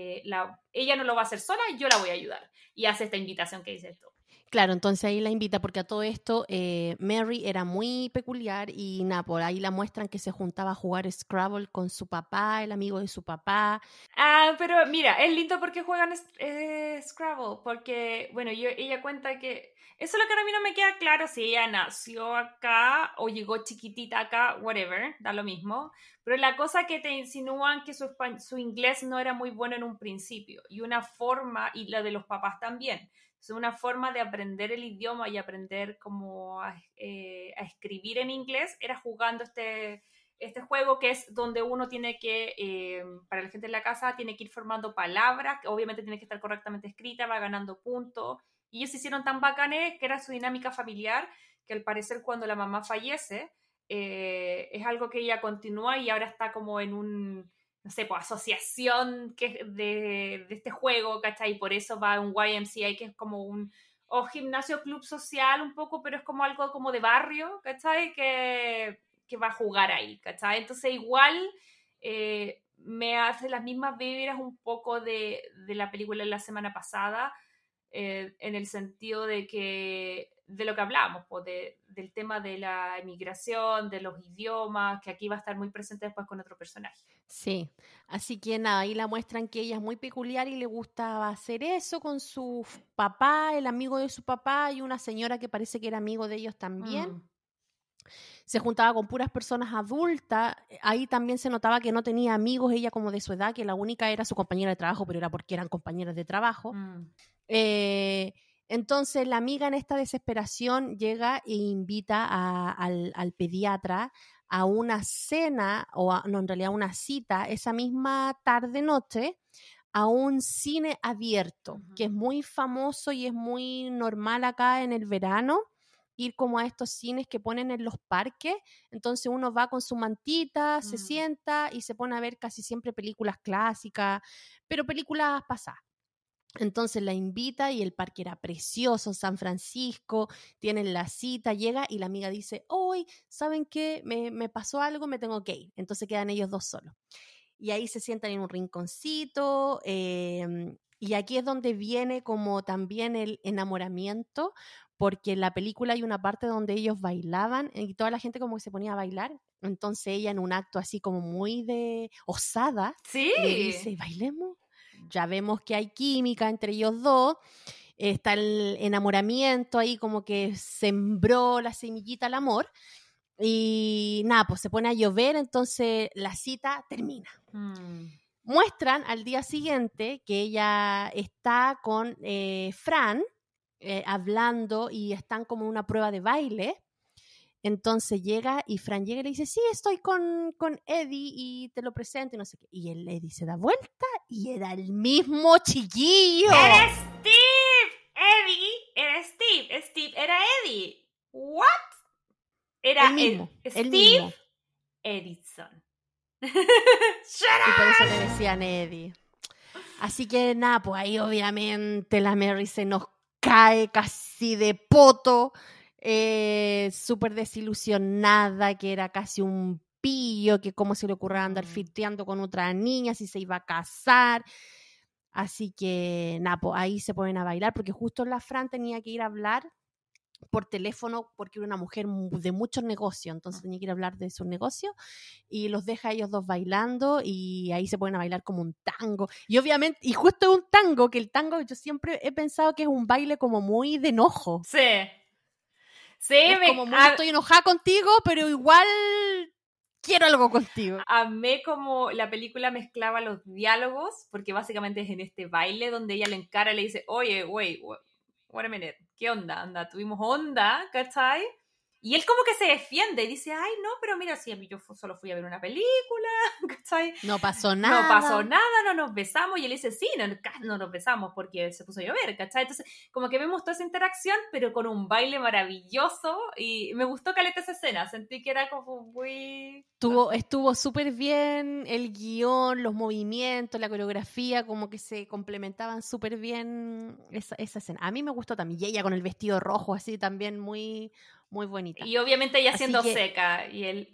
ella no lo va a hacer sola, yo la voy a ayudar. Y hace esta invitación que dice esto. Claro, entonces ahí la invita porque a todo esto Mary era muy peculiar y nada, por ahí la muestran que se juntaba a jugar Scrabble con su papá, el amigo de su papá. Pero mira, es lindo porque juegan Scrabble, porque, bueno, ella cuenta que eso es lo que a mí no me queda claro, si ella nació acá o llegó chiquitita acá, whatever, da lo mismo, pero la cosa que te insinúan que su inglés no era muy bueno en un principio, y una forma, y la de los papás también, es una forma de aprender el idioma y aprender como a escribir en inglés, era jugando este juego que es donde uno tiene que, para la gente en la casa, tiene que ir formando palabras, que obviamente tiene que estar correctamente escrita, va ganando puntos. Y ellos se hicieron tan bacanes que era su dinámica familiar, que al parecer cuando la mamá fallece, es algo que ella continúa y ahora está como en un, no sé, pues asociación de este juego, ¿cachai? Y por eso va a un YMCA, que es como un gimnasio club social un poco, pero es como algo como de barrio, ¿cachai? Que va a jugar ahí, ¿cachai? Entonces igual me hace las mismas vibras un poco de la película de la semana pasada, en el sentido de que de lo que hablamos, pues, del tema de la emigración, de los idiomas, que aquí va a estar muy presente después con otro personaje. Sí, así que nada, ahí la muestran que ella es muy peculiar y le gustaba hacer eso con su papá, el amigo de su papá y una señora que parece que era amigo de ellos también. Se juntaba con puras personas adultas, ahí también se notaba que no tenía amigos ella como de su edad, que la única era su compañera de trabajo, pero era porque eran compañeras de trabajo. Entonces la amiga en esta desesperación llega e invita al pediatra a una cena, no, en realidad una cita, esa misma tarde-noche, a un cine abierto, que es muy famoso y es muy normal acá en el verano, ir como a estos cines que ponen en los parques. Entonces uno va con su mantita, se sienta y se pone a ver casi siempre películas clásicas, pero películas pasadas. Entonces la invita y el parque era precioso, San Francisco, tienen la cita, llega y la amiga dice, hoy, ¿saben qué? Me pasó algo, me tengo que ir. Entonces quedan ellos dos solos. Y ahí se sientan en un rinconcito, y aquí es donde viene como también el enamoramiento, porque en la película hay una parte donde ellos bailaban y toda la gente como que se ponía a bailar. Entonces ella en un acto así como muy de osada, ¿Sí? le dice, ¿bailemos? ya vemos que hay química entre ellos dos, está el enamoramiento ahí, como que sembró la semillita al amor, y nada, pues se pone a llover, entonces la cita termina. Muestran al día siguiente que ella está con Fran, hablando, y están como en una prueba de baile. Entonces llega y Fran llega y le dice, sí, estoy con Eddie y te lo presento y no sé qué. Y el Eddie se da vuelta y era el mismo chiquillo. ¡Era Steve! Eddie era Steve. Steve era Eddie. ¿What? Era el mismo. Steve Edison. Y por eso le decían Eddie. Así que nada, pues ahí obviamente la Mary se nos cae casi de poto, súper desilusionada, que era casi un pillo, que cómo se le ocurrió andar flirteando con otra niña, si se iba a casar. Así que nada, pues ahí se ponen a bailar, porque justo la Fran tenía que ir a hablar por teléfono porque era una mujer de muchos negocios, entonces tenía que ir a hablar de sus negocios y los deja a ellos dos bailando y ahí se ponen a bailar como un tango y obviamente, y justo es un tango, que el tango yo siempre he pensado que es un baile como muy de enojo. Sí. Como muy estoy enojada contigo, pero igual quiero algo contigo. Amé como la película mezclaba los diálogos, porque básicamente es en este baile donde ella le encara y le dice, oye, wait a minute, ¿qué onda? Anda, tuvimos onda, ¿cachai? Y él como que se defiende y dice, ay, no, pero mira, si yo solo fui a ver una película, ¿cachai? No pasó nada. No pasó nada, no nos besamos. Y él dice, sí, no nos besamos porque se puso a llover, ¿cachai? Entonces, como que vemos toda esa interacción, pero con un baile maravilloso. Y me gustó caleta esa escena. Sentí que era como muy... Estuvo súper bien el guión, los movimientos, la coreografía, como que se complementaban súper bien esa escena. A mí me gustó también. Y ella con el vestido rojo así también muy, muy bonita. Y obviamente ella siendo seca. Y él,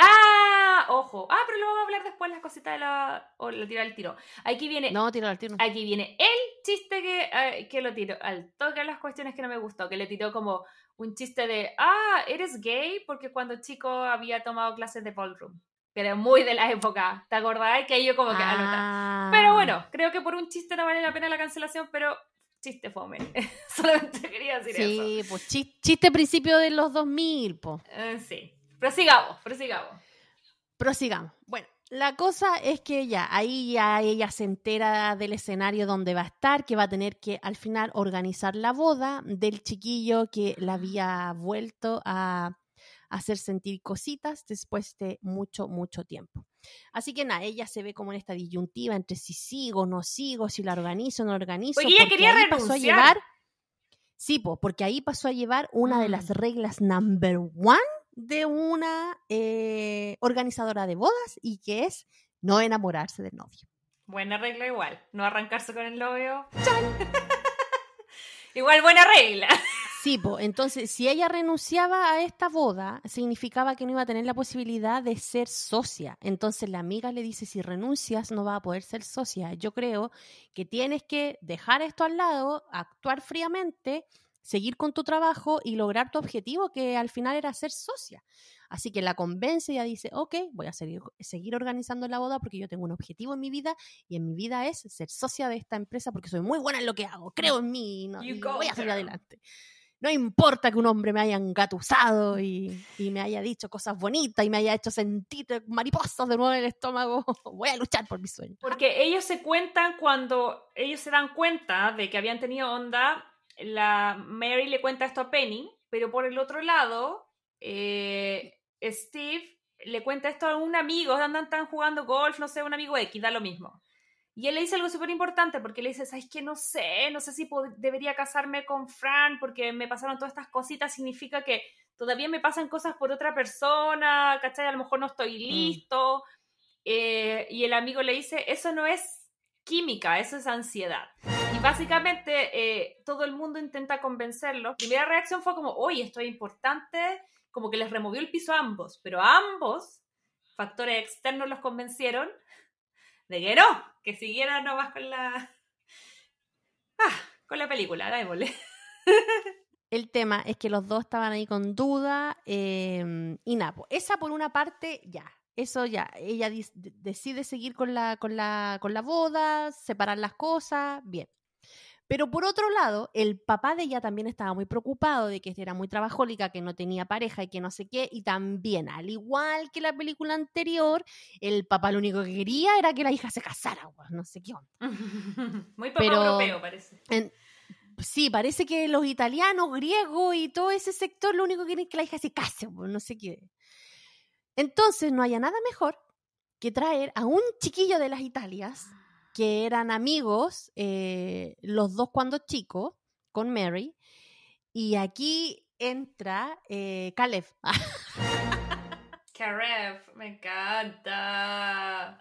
ojo. Pero lo vamos a hablar después las cositas o lo tiro al tiro. Aquí viene... No, tiro al tiro. Aquí viene el chiste que lo tiró al toque a las cuestiones que no me gustó. Que le tiró como un chiste de, eres gay porque cuando chico había tomado clases de ballroom. Que era muy de la época. ¿Te acordás? Que yo como que Pero bueno, creo que por un chiste no vale la pena la cancelación, pero... chiste fome. Solamente quería decir eso. Sí, pues chiste principio de los 2000, pues. Sí. Prosigamos. Bueno, la cosa es que ahí ya ella se entera del escenario donde va a estar, que va a tener que al final organizar la boda del chiquillo que la había vuelto a hacer sentir cositas después de mucho, mucho tiempo. Así que nada, ella se ve como en esta disyuntiva entre si sigo o no sigo, si la organizo o no la organizo. Porque ella quería renunciar. Porque ahí pasó a llevar una de las reglas number one de una organizadora de bodas, y que es no enamorarse del novio. Buena regla igual, no arrancarse con el novio. Igual buena regla. Sí, entonces si ella renunciaba a esta boda, significaba que no iba a tener la posibilidad de ser socia. Entonces la amiga le dice, si renuncias no vas a poder ser socia. Yo creo que tienes que dejar esto al lado, actuar fríamente, seguir con tu trabajo y lograr tu objetivo, que al final era ser socia. Así que la convence y ella dice, ok, voy a seguir organizando la boda porque yo tengo un objetivo en mi vida, y en mi vida es ser socia de esta empresa porque soy muy buena en lo que hago, creo en mí y voy a salir adelante. No importa que un hombre me haya engatusado y me haya dicho cosas bonitas y me haya hecho sentir mariposas de nuevo en el estómago. Voy a luchar por mis sueños. Porque ellos se cuentan cuando ellos se dan cuenta de que habían tenido onda. La Mary le cuenta esto a Penny, pero por el otro lado, Steve le cuenta esto a un amigo, están jugando golf, no sé, un amigo X, da lo mismo. Y él le dice algo súper importante, porque le dice, ¿sabes qué? No sé si debería casarme con Fran, porque me pasaron todas estas cositas, significa que todavía me pasan cosas por otra persona, ¿cachai? A lo mejor no estoy listo. Y el amigo le dice, eso no es química, eso es ansiedad. Y básicamente todo el mundo intenta convencerlo. La primera reacción fue como, oye, esto es importante, como que les removió el piso a ambos, pero a ambos, factores externos los convencieron de que no, que siguieran nomás con la película, démosle. El tema es que los dos estaban ahí con duda y nada, esa por una parte ya, eso ya, ella decide seguir con la boda, separar las cosas, bien. Pero por otro lado, el papá de ella también estaba muy preocupado de que era muy trabajólica, que no tenía pareja y que no sé qué, y también, al igual que la película anterior, el papá lo único que quería era que la hija se casara, no sé qué onda. Muy papá europeo, parece. Sí, parece que los italianos, griegos y todo ese sector lo único que quieren es que la hija se case, no sé qué. Entonces no haya nada mejor que traer a un chiquillo de las Italias, que eran amigos, los dos cuando chicos, con Mary, y aquí entra Caleb. Caleb, me encanta.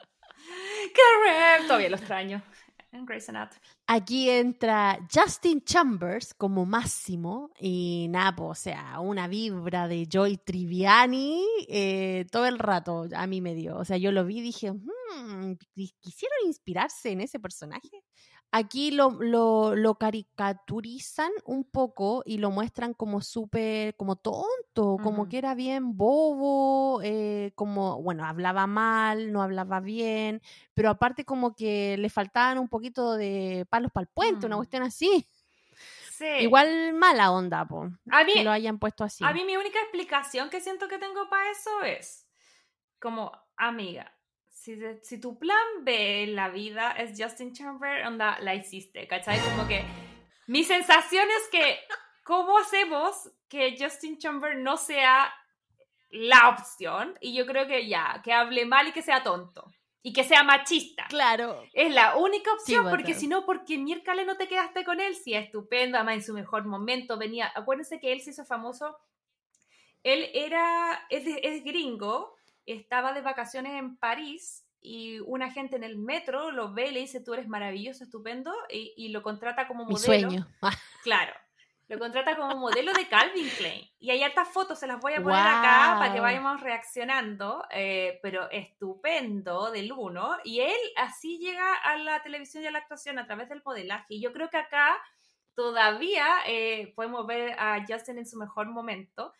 Caleb, todavía lo extraño. En Grey's Anatomy. Aquí entra Justin Chambers como Máximo y Napo, o sea, una vibra de Joy Tribbiani todo el rato a mí me dio. O sea, yo lo vi y dije, ¿quisieron inspirarse en ese personaje? Aquí lo caricaturizan un poco y lo muestran como súper, como tonto, como que era bien bobo, como, bueno, hablaba mal, no hablaba bien, pero aparte como que le faltaban un poquito de palos para el puente, una cuestión así. Sí. Igual mala onda, po, que lo hayan puesto así. A mí mi única explicación que siento que tengo para eso es como, amiga, si tu plan B en la vida es Justin Chambers, onda, la hiciste, ¿cachai? Como que mi sensación es que, ¿cómo hacemos que Justin Chambers no sea la opción? Y yo creo que que hable mal y que sea tonto. Y que sea machista. Claro. Es la única opción, sí, porque si no, porque miércoles no te quedaste con él, si es estupendo, además en su mejor momento venía, acuérdense que él se hizo famoso, él es gringo, estaba de vacaciones en París y una gente en el metro lo ve y le dice, tú eres maravilloso, estupendo, y lo contrata como modelo. Mi sueño. Claro, lo contrata como modelo de Calvin Klein. Y hay hartas fotos, se las voy a poner acá para que vayamos reaccionando, pero estupendo del uno. Y él así llega a la televisión y a la actuación a través del modelaje. Y yo creo que acá todavía podemos ver a Justin en su mejor momento.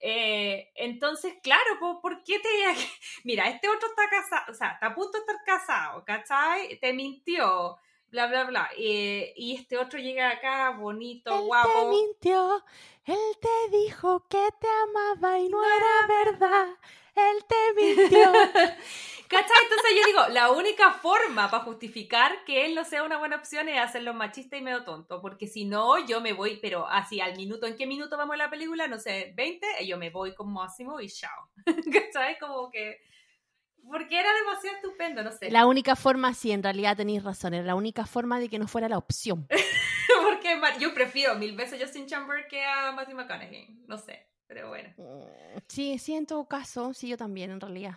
Entonces, claro, ¿por qué mira, este otro está casado, o sea, está a punto de estar casado, ¿cachai? Te mintió, bla, bla, bla, y este otro llega acá, bonito, él guapo. Te mintió, él te dijo que te amaba y no era verdad, él te mintió. ¿Cachai? Entonces yo digo, la única forma para justificar que él no sea una buena opción es hacerlo machista y medio tonto, porque si no, yo me voy, pero así al minuto, ¿en qué minuto vamos a la película? No sé, 20, yo me voy con Máximo y chao. ¿Cachai? Como que, porque era demasiado estupendo, no sé. La única forma, sí, en realidad tenéis razón, era la única forma de que no fuera la opción. Porque yo prefiero 1000 veces a Justin Chambers que a Matthew McConaughey, no sé, pero bueno. Sí, en todo caso, sí, yo también, en realidad.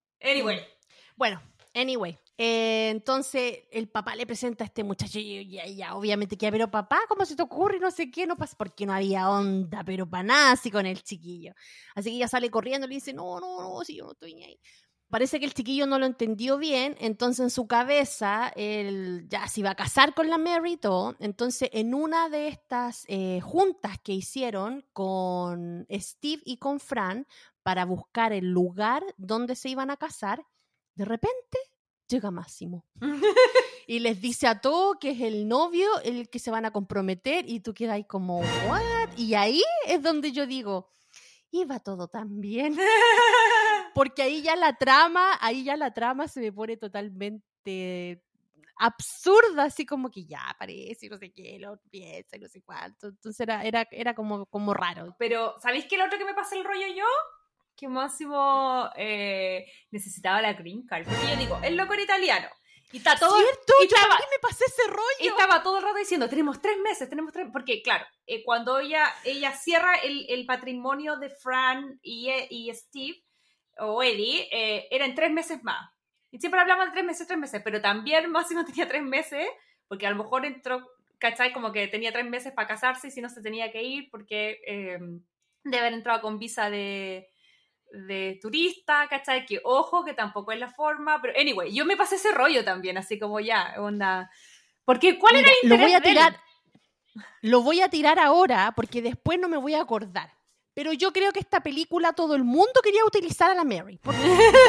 Anyway, entonces el papá le presenta a este muchacho y ya obviamente que, pero papá, ¿cómo se te ocurre? No sé qué, no pasa, porque no había onda, pero para nada así con el chiquillo. Así que ella sale corriendo y le dice, no, si yo no estoy ni ahí. Parece que el chiquillo no lo entendió bien, entonces en su cabeza él ya se iba a casar con la Mary y todo. Entonces en una de estas juntas que hicieron con Steve y con Fran para buscar el lugar donde se iban a casar, de repente llega Máximo y les dice a todos que es el novio el que se van a comprometer y tú quedas ahí como, ¿what? Y ahí es donde yo digo, iba todo tan bien. Porque ahí ya la trama se me pone totalmente absurda, así como que ya aparece, no sé qué, lo piensa, no sé cuánto. Entonces era como raro. Pero, ¿sabéis qué es lo otro que me pasa el rollo yo? Que Máximo necesitaba la green card. Porque yo digo, el loco era italiano. Y está todo. ¿Cierto? Yo también me pasé ese rollo. Y estaba todo el rato diciendo, tenemos 3 meses. Porque, claro, cuando ella cierra el patrimonio de Fran y Steve, o Eddie, era en 3 meses más. Y siempre hablaban de 3 meses, pero también Máximo tenía 3 meses, porque a lo mejor entró, ¿cachai? Como que tenía 3 meses para casarse y si no se tenía que ir, porque debe haber entrado con visa de turista, ¿cachai? Que ojo, que tampoco es la forma, pero anyway, yo me pasé ese rollo también, así como ya, onda. Porque, ¿cuál era el interés Lo voy a tirar ahora, porque después no me voy a acordar. Pero yo creo que esta película todo el mundo quería utilizar a la Mary. Porque todo el mundo la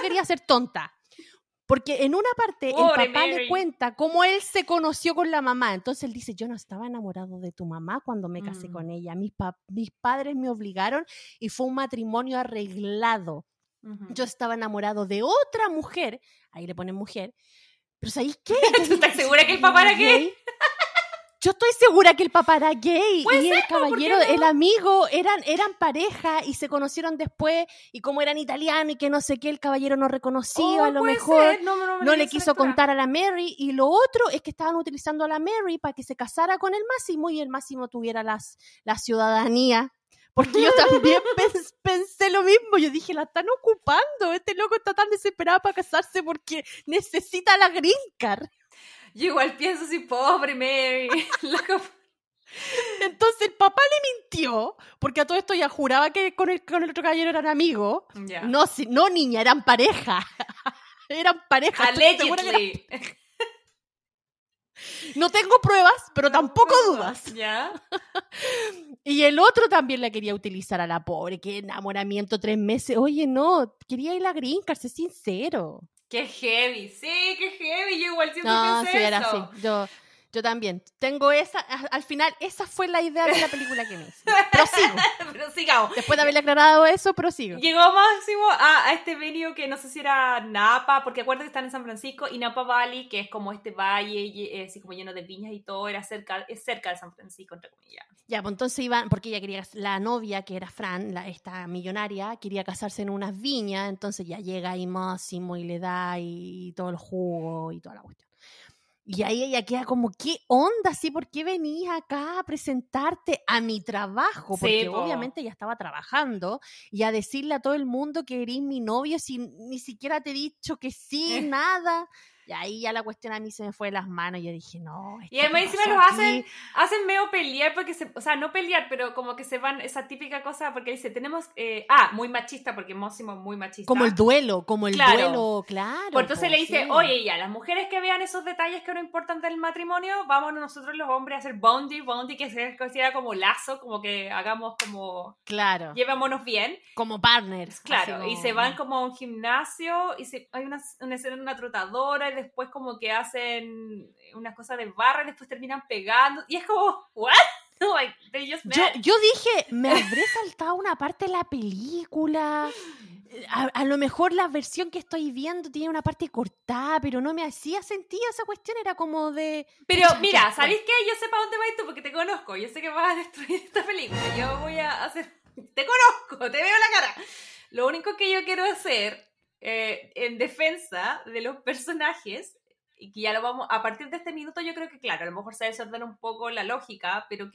quería ser tonta. Porque en una parte el papá le cuenta cómo él se conoció con la mamá. Entonces él dice, yo no estaba enamorado de tu mamá cuando me casé con ella. Mis padres me obligaron y fue un matrimonio arreglado. Yo estaba enamorado de otra mujer. Ahí le ponen mujer. Pero ¿sabéis qué? ¿Tú estás segura que el papá era gay? Yo estoy segura que el papá era gay y ser, el caballero, el amigo, eran pareja y se conocieron después y como eran italianos y que no sé qué, el caballero no reconocía, a lo mejor no le quiso contar a la Mary, y lo otro es que estaban utilizando a la Mary para que se casara con el Máximo y el Máximo tuviera la ciudadanía. Porque yo también pensé lo mismo, yo dije, la están ocupando, este loco está tan desesperado para casarse porque necesita la green card. Yo igual pienso así, pobre Mary. Entonces el papá le mintió, porque a todo esto ya juraba que con el otro caballero eran amigos. Yeah. No niña, eran pareja. Eran pareja. Allegedly. No tengo pruebas, pero tampoco dudas. ¿Ya? Y el otro también la quería utilizar a la pobre. Qué enamoramiento, 3 meses. Oye, no, quería ir a green card, sé sincero. Qué heavy, sí, qué heavy. Yo igual siempre pensé sí, era eso. así. Yo también. Tengo esa, al final, esa fue la idea de la película que me hice. Prosigo. Prosigamos. Después de haberle aclarado eso, prosigo. Llegó Máximo a este venue que no sé si era Napa, porque acuérdate que están en San Francisco, y Napa Valley, que es como este valle, así como lleno de viñas y todo, es cerca de San Francisco, entre comillas. Ya, pues entonces iban, porque ella quería, la novia, que era Fran, esta millonaria, quería casarse en unas viñas, entonces ya llega ahí Máximo y le da y todo el jugo y toda la cuestión. Y ahí ella queda como, ¿qué onda? ¿Sí? ¿Por qué venís acá a presentarte a mi trabajo? Porque sí, obviamente ella estaba trabajando y a decirle a todo el mundo que eres mi novio sin ni siquiera te he dicho que sí, nada. Y ahí ya la cuestión a mí se me fue de las manos y yo dije, no. Y además encima los hacen medio pelear porque o sea, no pelear, pero como que se van esa típica cosa porque dice, tenemos, muy machista, porque Máximo es muy machista. Como el duelo, claro. Pues entonces le dice, sí. Oye, ya, las mujeres que vean esos detalles que no importan del matrimonio, vámonos nosotros los hombres a hacer bounty, que se considera como lazo, como que hagamos como... Claro. Llevémonos bien. Como partners. Claro, como... y se van como a un gimnasio y hay una escena en una trotadora y después como que hacen unas cosas de barra y después terminan pegando y es como, ¿what? Like, yo dije, me habré saltado una parte de la película. A lo mejor la versión que estoy viendo tiene una parte cortada, pero no me hacía sentido esa cuestión, era como de... Pero mira, ¿sabéis qué? Yo sé para dónde vas tú porque te conozco, yo sé que vas a destruir esta película, yo voy a hacer... Te conozco, te veo la cara. Lo único que yo quiero hacer en defensa de los personajes, y que ya lo vamos, a partir de este minuto yo creo que claro, a lo mejor se desordena un poco la lógica, pero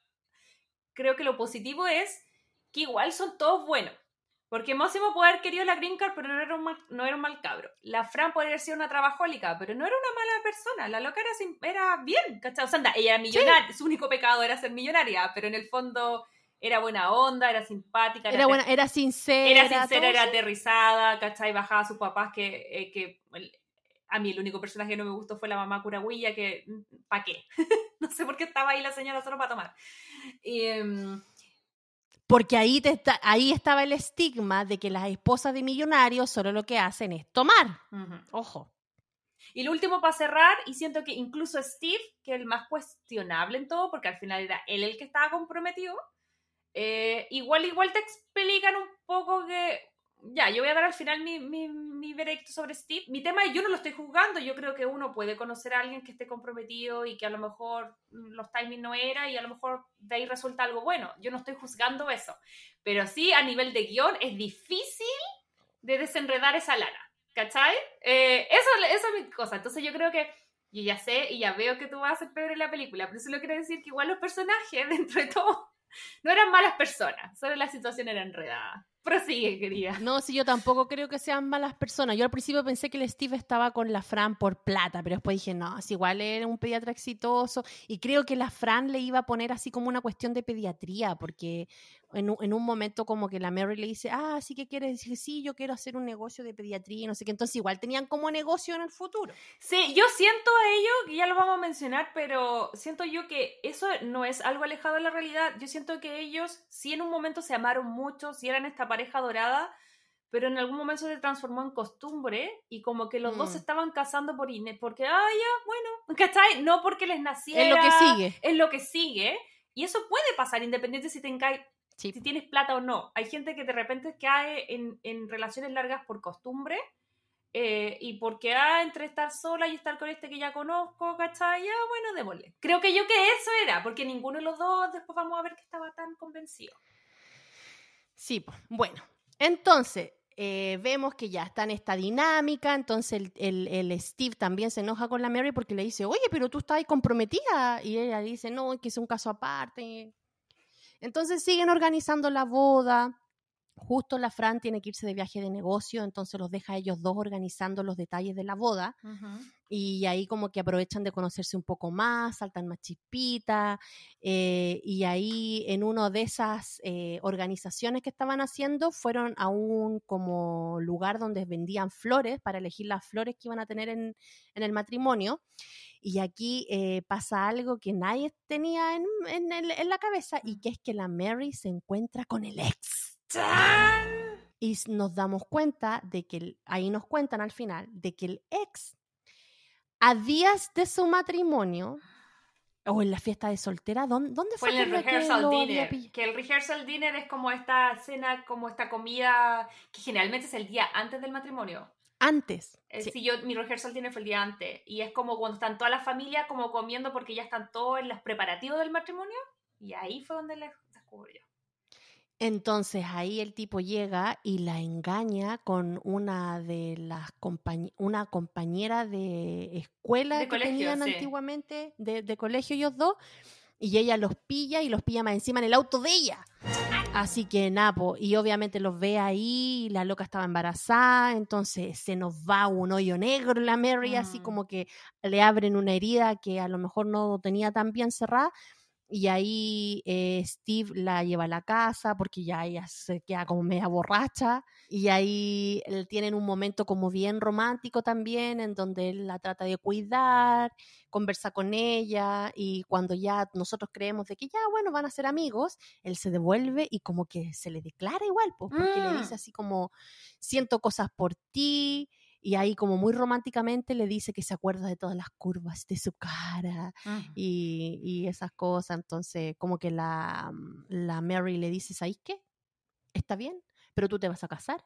creo que lo positivo es que igual son todos buenos, porque Máximo puede haber querido la green card, pero no era un mal cabro. La Fran podría haber sido una trabajólica, pero no era una mala persona, la loca era bien, ¿cachai? O sea, ella era millonaria, sí. Su único pecado era ser millonaria, pero en el fondo... Era buena onda, era simpática. Era sincera. Era aterrizada, ¿cachai? Bajaba a sus papás que a mí el único personaje que no me gustó fue la mamá Curahuilla, que ¿para qué? No sé por qué estaba ahí la señora solo para tomar. Porque ahí estaba el estigma de que las esposas de millonarios solo lo que hacen es tomar. Uh-huh. Ojo. Y lo último para cerrar, y siento que incluso Steve, que es el más cuestionable en todo, porque al final era él el que estaba comprometido, igual te explican un poco que ya, yo voy a dar al final mi veredicto sobre Steve. Mi tema es, yo no lo estoy juzgando, yo creo que uno puede conocer a alguien que esté comprometido y que a lo mejor los timings no era y a lo mejor de ahí resulta algo bueno, yo no estoy juzgando eso, pero sí a nivel de guión es difícil de desenredar esa lana, ¿cachai? Eso es mi cosa, entonces yo creo que yo ya sé y ya veo que tú vas a ser peor en la película, pero eso lo quiero decir que igual los personajes dentro de todo no eran malas personas, solo la situación era enredada. Prosigue, querida. No, sí, yo tampoco creo que sean malas personas. Yo al principio pensé que el Steve estaba con la Fran por plata, pero después dije, no, es igual era un pediatra exitoso. Y creo que la Fran le iba a poner así como una cuestión de pediatría, porque en un momento como que la Mary le dice, ¿sí que quieres? Dice, sí, yo quiero hacer un negocio de pediatría, no sé qué. Entonces igual tenían como negocio en el futuro. Sí, yo siento a ello, que ya lo vamos a mencionar, pero siento yo que eso no es algo alejado de la realidad. Yo siento que ellos sí en un momento se amaron mucho, sí eran esta pareja dorada, pero en algún momento se transformó en costumbre y como que los dos se estaban casando porque, ya, bueno, ¿cachai? No porque les naciera. Es lo que sigue. Es lo que sigue. Y eso puede pasar independiente si Sí. si tienes plata o no. Hay gente que de repente cae en relaciones largas por costumbre y porque entre estar sola y estar con este que ya conozco, ¿cachai? Ya, bueno, démosle. Creo que eso era, porque ninguno de los dos después vamos a ver que estaba tan convencido. Sí, bueno. Entonces, vemos que ya está en esta dinámica, entonces el Steve también se enoja con la Mary porque le dice, oye, pero tú estás comprometida, y ella dice, no, es que es un caso aparte. Entonces siguen organizando la boda. Justo la Fran tiene que irse de viaje de negocio, entonces los deja a ellos dos organizando los detalles de la boda. Uh-huh. Y ahí como que aprovechan de conocerse un poco más, saltan más chispitas, y ahí en una de esas organizaciones que estaban haciendo fueron a un como lugar donde vendían flores para elegir las flores que iban a tener en el matrimonio. Y aquí pasa algo que nadie tenía en la cabeza, y que es que la Mary se encuentra con el ex. ¡Chan! Y nos damos cuenta de que, ahí nos cuentan al final, de que el ex, a días de su matrimonio, o en la fiesta de soltera, ¿dónde fue en el rehearsal dinner? Que el rehearsal dinner es como esta cena, como esta comida, que generalmente es el día antes del matrimonio. Antes. Sí, mi rehearsal dinner fue el día antes. Y es como cuando están toda la familia como comiendo porque ya están todos en los preparativos del matrimonio. Y ahí fue donde les descubrió. Entonces ahí el tipo llega y la engaña con una de las una compañera de escuela que colegio, tenían sí. antiguamente, de colegio ellos dos, y ella los pilla más encima en el auto de ella. Así que Napo, y obviamente los ve ahí, y la loca estaba embarazada, entonces se nos va un hoyo negro la Mary, así como que le abren una herida que a lo mejor no tenía tan bien cerrada. Y ahí Steve la lleva a la casa porque ya ella se queda como media borracha. Y ahí tienen un momento como bien romántico también, en donde él la trata de cuidar, conversa con ella, y cuando ya nosotros creemos de que ya, bueno, van a ser amigos, él se devuelve y como que se le declara igual, pues, porque le dice así como, siento cosas por ti. Y ahí como muy románticamente le dice que se acuerda de todas las curvas de su cara y esas cosas. Entonces como que la Mary le dice, ¿sabes qué? Está bien, pero tú te vas a casar.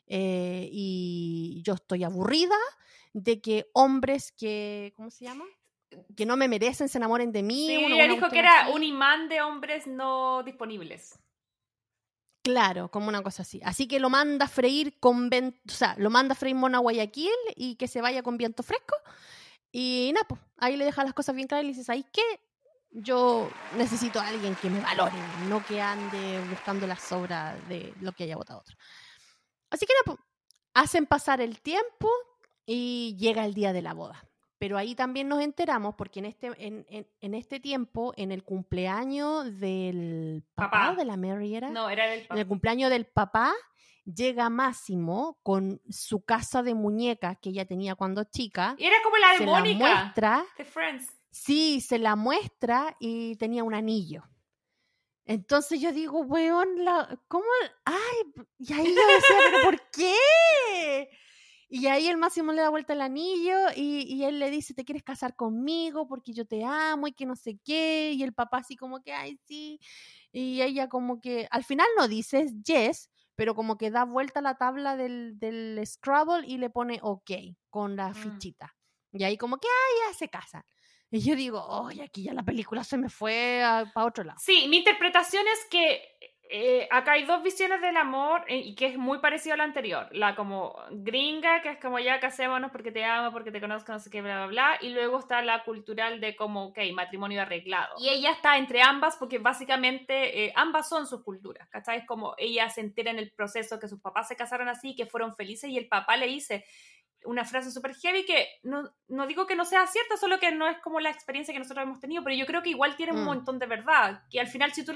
Y yo estoy aburrida de que hombres que, ¿cómo se llama? Que no me merecen se enamoren de mí. Sí, ella dijo que era un imán de hombres no disponibles. Claro, como una cosa así. Así que lo manda a freír lo manda a freír Mona Guayaquil y que se vaya con viento fresco. Y nada, pues, ahí le deja las cosas bien claras y le dice, ¿sabes qué? Yo necesito a alguien que me valore, no que ande buscando las sobras de lo que haya votado otro. Así que nada, pues, hacen pasar el tiempo y llega el día de la boda. Pero ahí también nos enteramos, porque en este tiempo, en el cumpleaños del papá o de la Mary era. No, era del papá. En el cumpleaños del papá llega Máximo con su casa de muñecas que ella tenía cuando chica. Y era como la de se Mónica, la muestra, de Friends. Sí, se la muestra y tenía un anillo. Entonces yo digo, weón, ¿cómo? Ay, y ahí yo decía, ¿pero por qué? Y ahí el Máximo le da vuelta el anillo y él le dice, ¿te quieres casar conmigo? Porque yo te amo y que no sé qué. Y el papá así como que, ay, sí. Y ella como que, al final no dice yes, pero como que da vuelta la tabla del Scrabble y le pone OK con la fichita. Y ahí como que, ya se casan. Y yo digo, oye, aquí ya la película se me fue para otro lado. Sí, mi interpretación es que acá hay dos visiones del amor y que es muy parecido a la anterior. La como gringa, que es como ya casémonos porque te amo, porque te conozco, no sé qué, bla, bla, bla. Y luego está la cultural de como, ok, matrimonio arreglado. Y ella está entre ambas porque básicamente ambas son sus culturas, ¿cachai? Es como ella se entera en el proceso que sus papás se casaron así, que fueron felices y el papá le dice una frase súper heavy que no digo que no sea cierta, solo que no es como la experiencia que nosotros hemos tenido, pero yo creo que igual tiene un montón de verdad, que al final si tú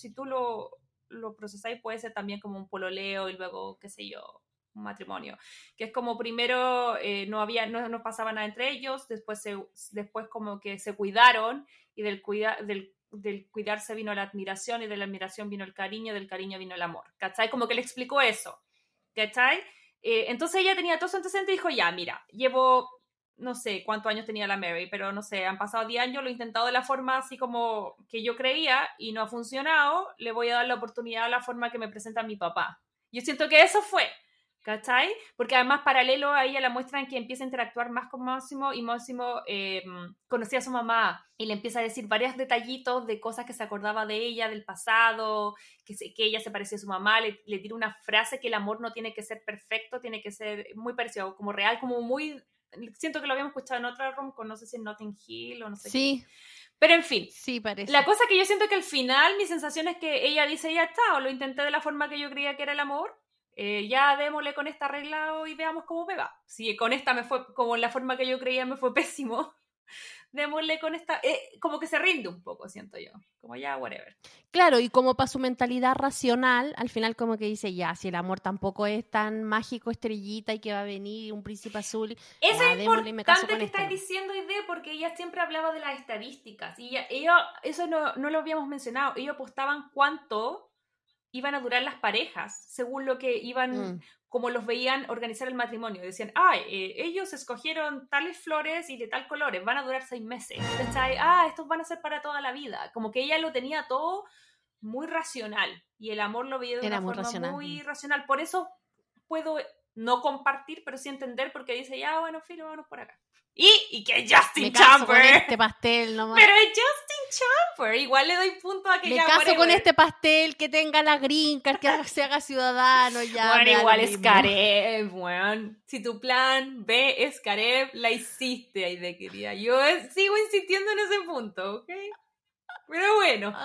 lo procesáis puede ser también como un pololeo y luego, qué sé yo, un matrimonio, que es como primero no pasaba nada entre ellos, después como que se cuidaron y del cuidarse vino la admiración y de la admiración vino el cariño, del cariño vino el amor, ¿cachai? Como que le explicó eso. ¿cachai? Entonces ella tenía todo su antecedente y dijo, ya, mira, llevo, no sé cuántos años tenía la Mary, pero no sé, han pasado 10 años, lo he intentado de la forma así como que yo creía y no ha funcionado, le voy a dar la oportunidad a la forma que me presenta mi papá. Yo siento que eso fue, ¿cachai? Porque además paralelo a ella la muestran que empieza a interactuar más con Máximo y Máximo conocía a su mamá y le empieza a decir varios detallitos de cosas que se acordaba de ella, del pasado, que ella se parecía a su mamá, le tira una frase que el amor no tiene que ser perfecto, tiene que ser muy parecido, como real, como muy... Siento que lo habíamos escuchado en otra rom-com, no sé si en Notting Hill o no sé qué. Pero en fin, sí, parece. La cosa que yo siento que al final mi sensación es que ella dice, ya está, o lo intenté de la forma que yo creía que era el amor, ya démosle con esta arreglado y veamos cómo me va. Si con esta me fue como la forma que yo creía me fue pésimo, démosle con esta, como que se rinde un poco, siento yo, como ya, whatever. Claro, y como para su mentalidad racional, al final como que dice, ya, si el amor tampoco es tan mágico, estrellita y que va a venir un príncipe azul, eso ya, es démosle y me caso importante con que este, estás ¿no? diciendo, Ide, porque ella siempre hablaba de las estadísticas, y ella eso no lo habíamos mencionado, ellos apostaban cuánto iban a durar las parejas, según lo que iban, como los veían organizar el matrimonio. Decían, ellos escogieron tales flores y de tal colores, van a durar 6 meses. ¿Cachai? Estos van a ser para toda la vida. Como que ella lo tenía todo muy racional y el amor lo veía de una forma muy racional. Por eso puedo no compartir, pero sí entender, porque dice, ya, bueno, filo, vámonos por acá. Y que Justin me caso Chamber. Con este pastel nomás. Pero es Justin Chamber. Igual le doy punto a que me ya caso whatever. Con este pastel, que tenga la green card, que se haga ciudadano ya. Bueno, igual es Karev, bueno. Si tu plan B es Karev, la hiciste ahí de querida. Yo sigo insistiendo en ese punto, ¿ok? Pero bueno.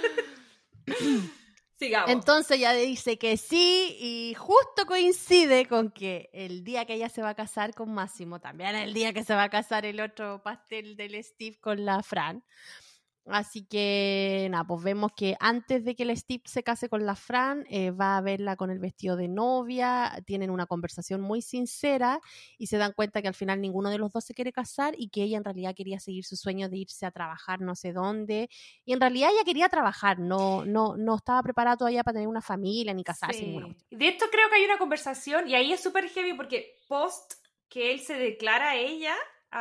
Sigamos. Entonces ella dice que sí y justo coincide con que el día que ella se va a casar con Máximo, también el día que se va a casar el otro pastel del Steve con la Fran. Así que, nada, pues vemos que antes de que el Steve se case con la Fran, va a verla con el vestido de novia, tienen una conversación muy sincera y se dan cuenta que al final ninguno de los dos se quiere casar y que ella en realidad quería seguir su sueño de irse a trabajar no sé dónde. Y en realidad ella quería trabajar, no estaba preparada todavía para tener una familia ni casarse. Sí. Ninguna cuestión. De esto creo que hay una conversación y ahí es súper heavy porque post que él se declara a ella,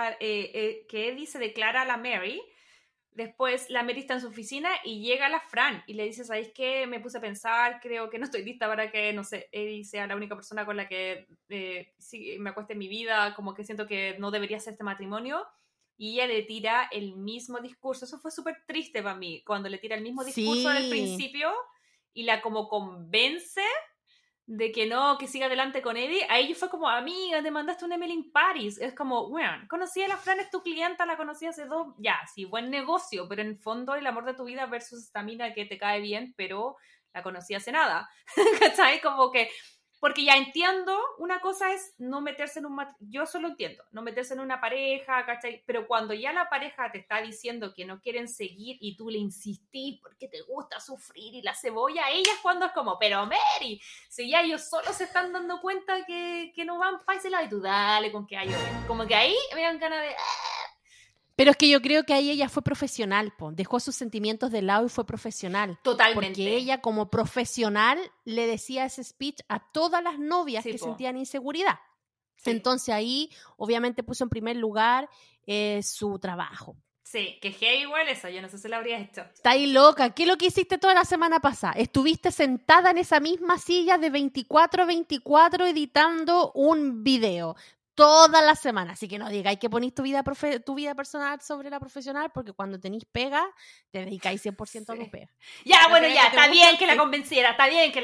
que Eddie se declara a la Mary. Después la Mary está en su oficina y llega la Fran y le dice, ¿sabéis qué? Me puse a pensar, creo que no estoy lista para que, no sé, Eddie sea la única persona con la que sí, me acueste en mi vida, como que siento que no debería ser este matrimonio. Y ella le tira el mismo discurso. Eso fue súper triste para mí, cuando le tira el mismo discurso al principio y la como convence de que no, que siga adelante con Eddie. A ella fue como, amiga, te mandaste un Emily in Paris. Es como, bueno, conocí a la Fran, es tu clienta, la conocí hace 2, ya, sí, buen negocio, pero en el fondo el amor de tu vida versus esta mina que te cae bien, pero la conocí hace nada. ¿Cachai? Como que, porque ya entiendo, una cosa es no meterse en un yo solo entiendo, no meterse en una pareja, ¿cachai? Pero cuando ya la pareja te está diciendo que no quieren seguir y tú le insistís porque te gusta sufrir y la cebolla, ella es cuando es como, pero Mary, si ya ellos solo se están dando cuenta que no van para ese lado y tú dale con que hay como que ahí me dan ganas de... Pero es que yo creo que ahí ella fue profesional, dejó sus sentimientos de lado y fue profesional. Totalmente. Porque ella como profesional le decía ese speech a todas las novias que sentían inseguridad. Sí. Entonces ahí obviamente puso en primer lugar su trabajo. Sí, que heavy igual eso, yo no sé si lo habrías hecho. Está ahí loca, ¿qué es lo que hiciste toda la semana pasada? Estuviste sentada en esa misma silla de 24/24 editando un video. Toda la semana, así que no digáis que ponéis tu vida personal sobre la profesional, porque cuando tenéis pega, te dedicáis 100% a tu pega. Ya, bueno, ya, está bien que la convenciera,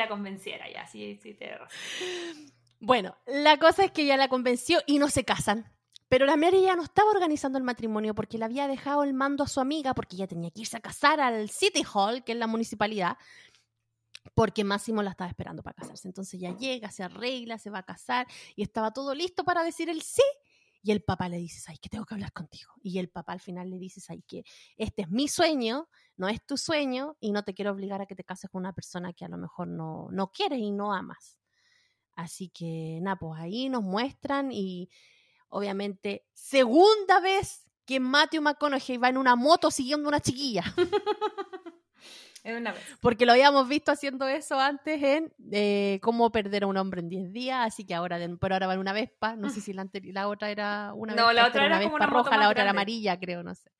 ya, sí, te razón. Bueno, la cosa es que ella la convenció y no se casan. Pero la Mary ya no estaba organizando el matrimonio porque le había dejado el mando a su amiga, porque ella tenía que irse a casar al City Hall, que es la municipalidad, porque Máximo la estaba esperando para casarse. Entonces ella llega, se arregla, se va a casar y estaba todo listo para decir el sí. Y el papá le dice, ay, que tengo que hablar contigo. Y el papá al final le dice, ay, que este es mi sueño, no es tu sueño y no te quiero obligar a que te cases con una persona que a lo mejor no quieres y no amas. Así que, nada, pues ahí nos muestran y obviamente segunda vez que Matthew McConaughey va en una moto siguiendo a una chiquilla. una vez. Porque lo habíamos visto haciendo eso antes en Cómo perder a un hombre en 10 días, así que ahora, pero ahora va en una Vespa, no sé si la otra era una Vespa. No, la otra era una como Vespa una moto roja, más la otra era grande. amarilla, creo, no sé.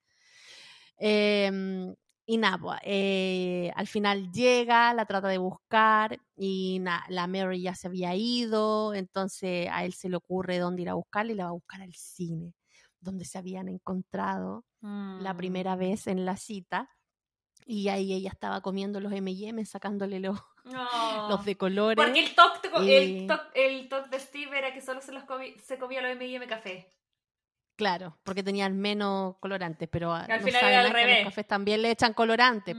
Y nada, pues, al final llega, la trata de buscar y la Mary ya se había ido, entonces a él se le ocurre dónde ir a buscarla y la va a buscar al cine, donde se habían encontrado la primera vez en la cita. Y ahí ella estaba comiendo los M&M, sacándole los de colores. Porque el toque de Steve era que solo se comía los M&M café. Claro, porque tenían menos colorantes, pero al no final saben era al que a revés. los cafés también le echan colorante.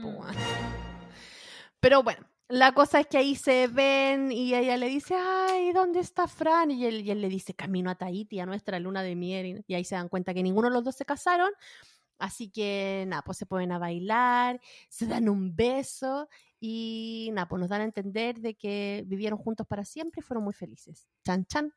Pero bueno, la cosa es que ahí se ven y ella le dice, ay, ¿dónde está Fran? Y él le dice, camino a Tahiti, a nuestra luna de miel. Y ahí se dan cuenta que ninguno de los dos se casaron. Así que, nada, pues se ponen a bailar, se dan un beso y, nada, pues nos dan a entender de que vivieron juntos para siempre y fueron muy felices. Chan, chan.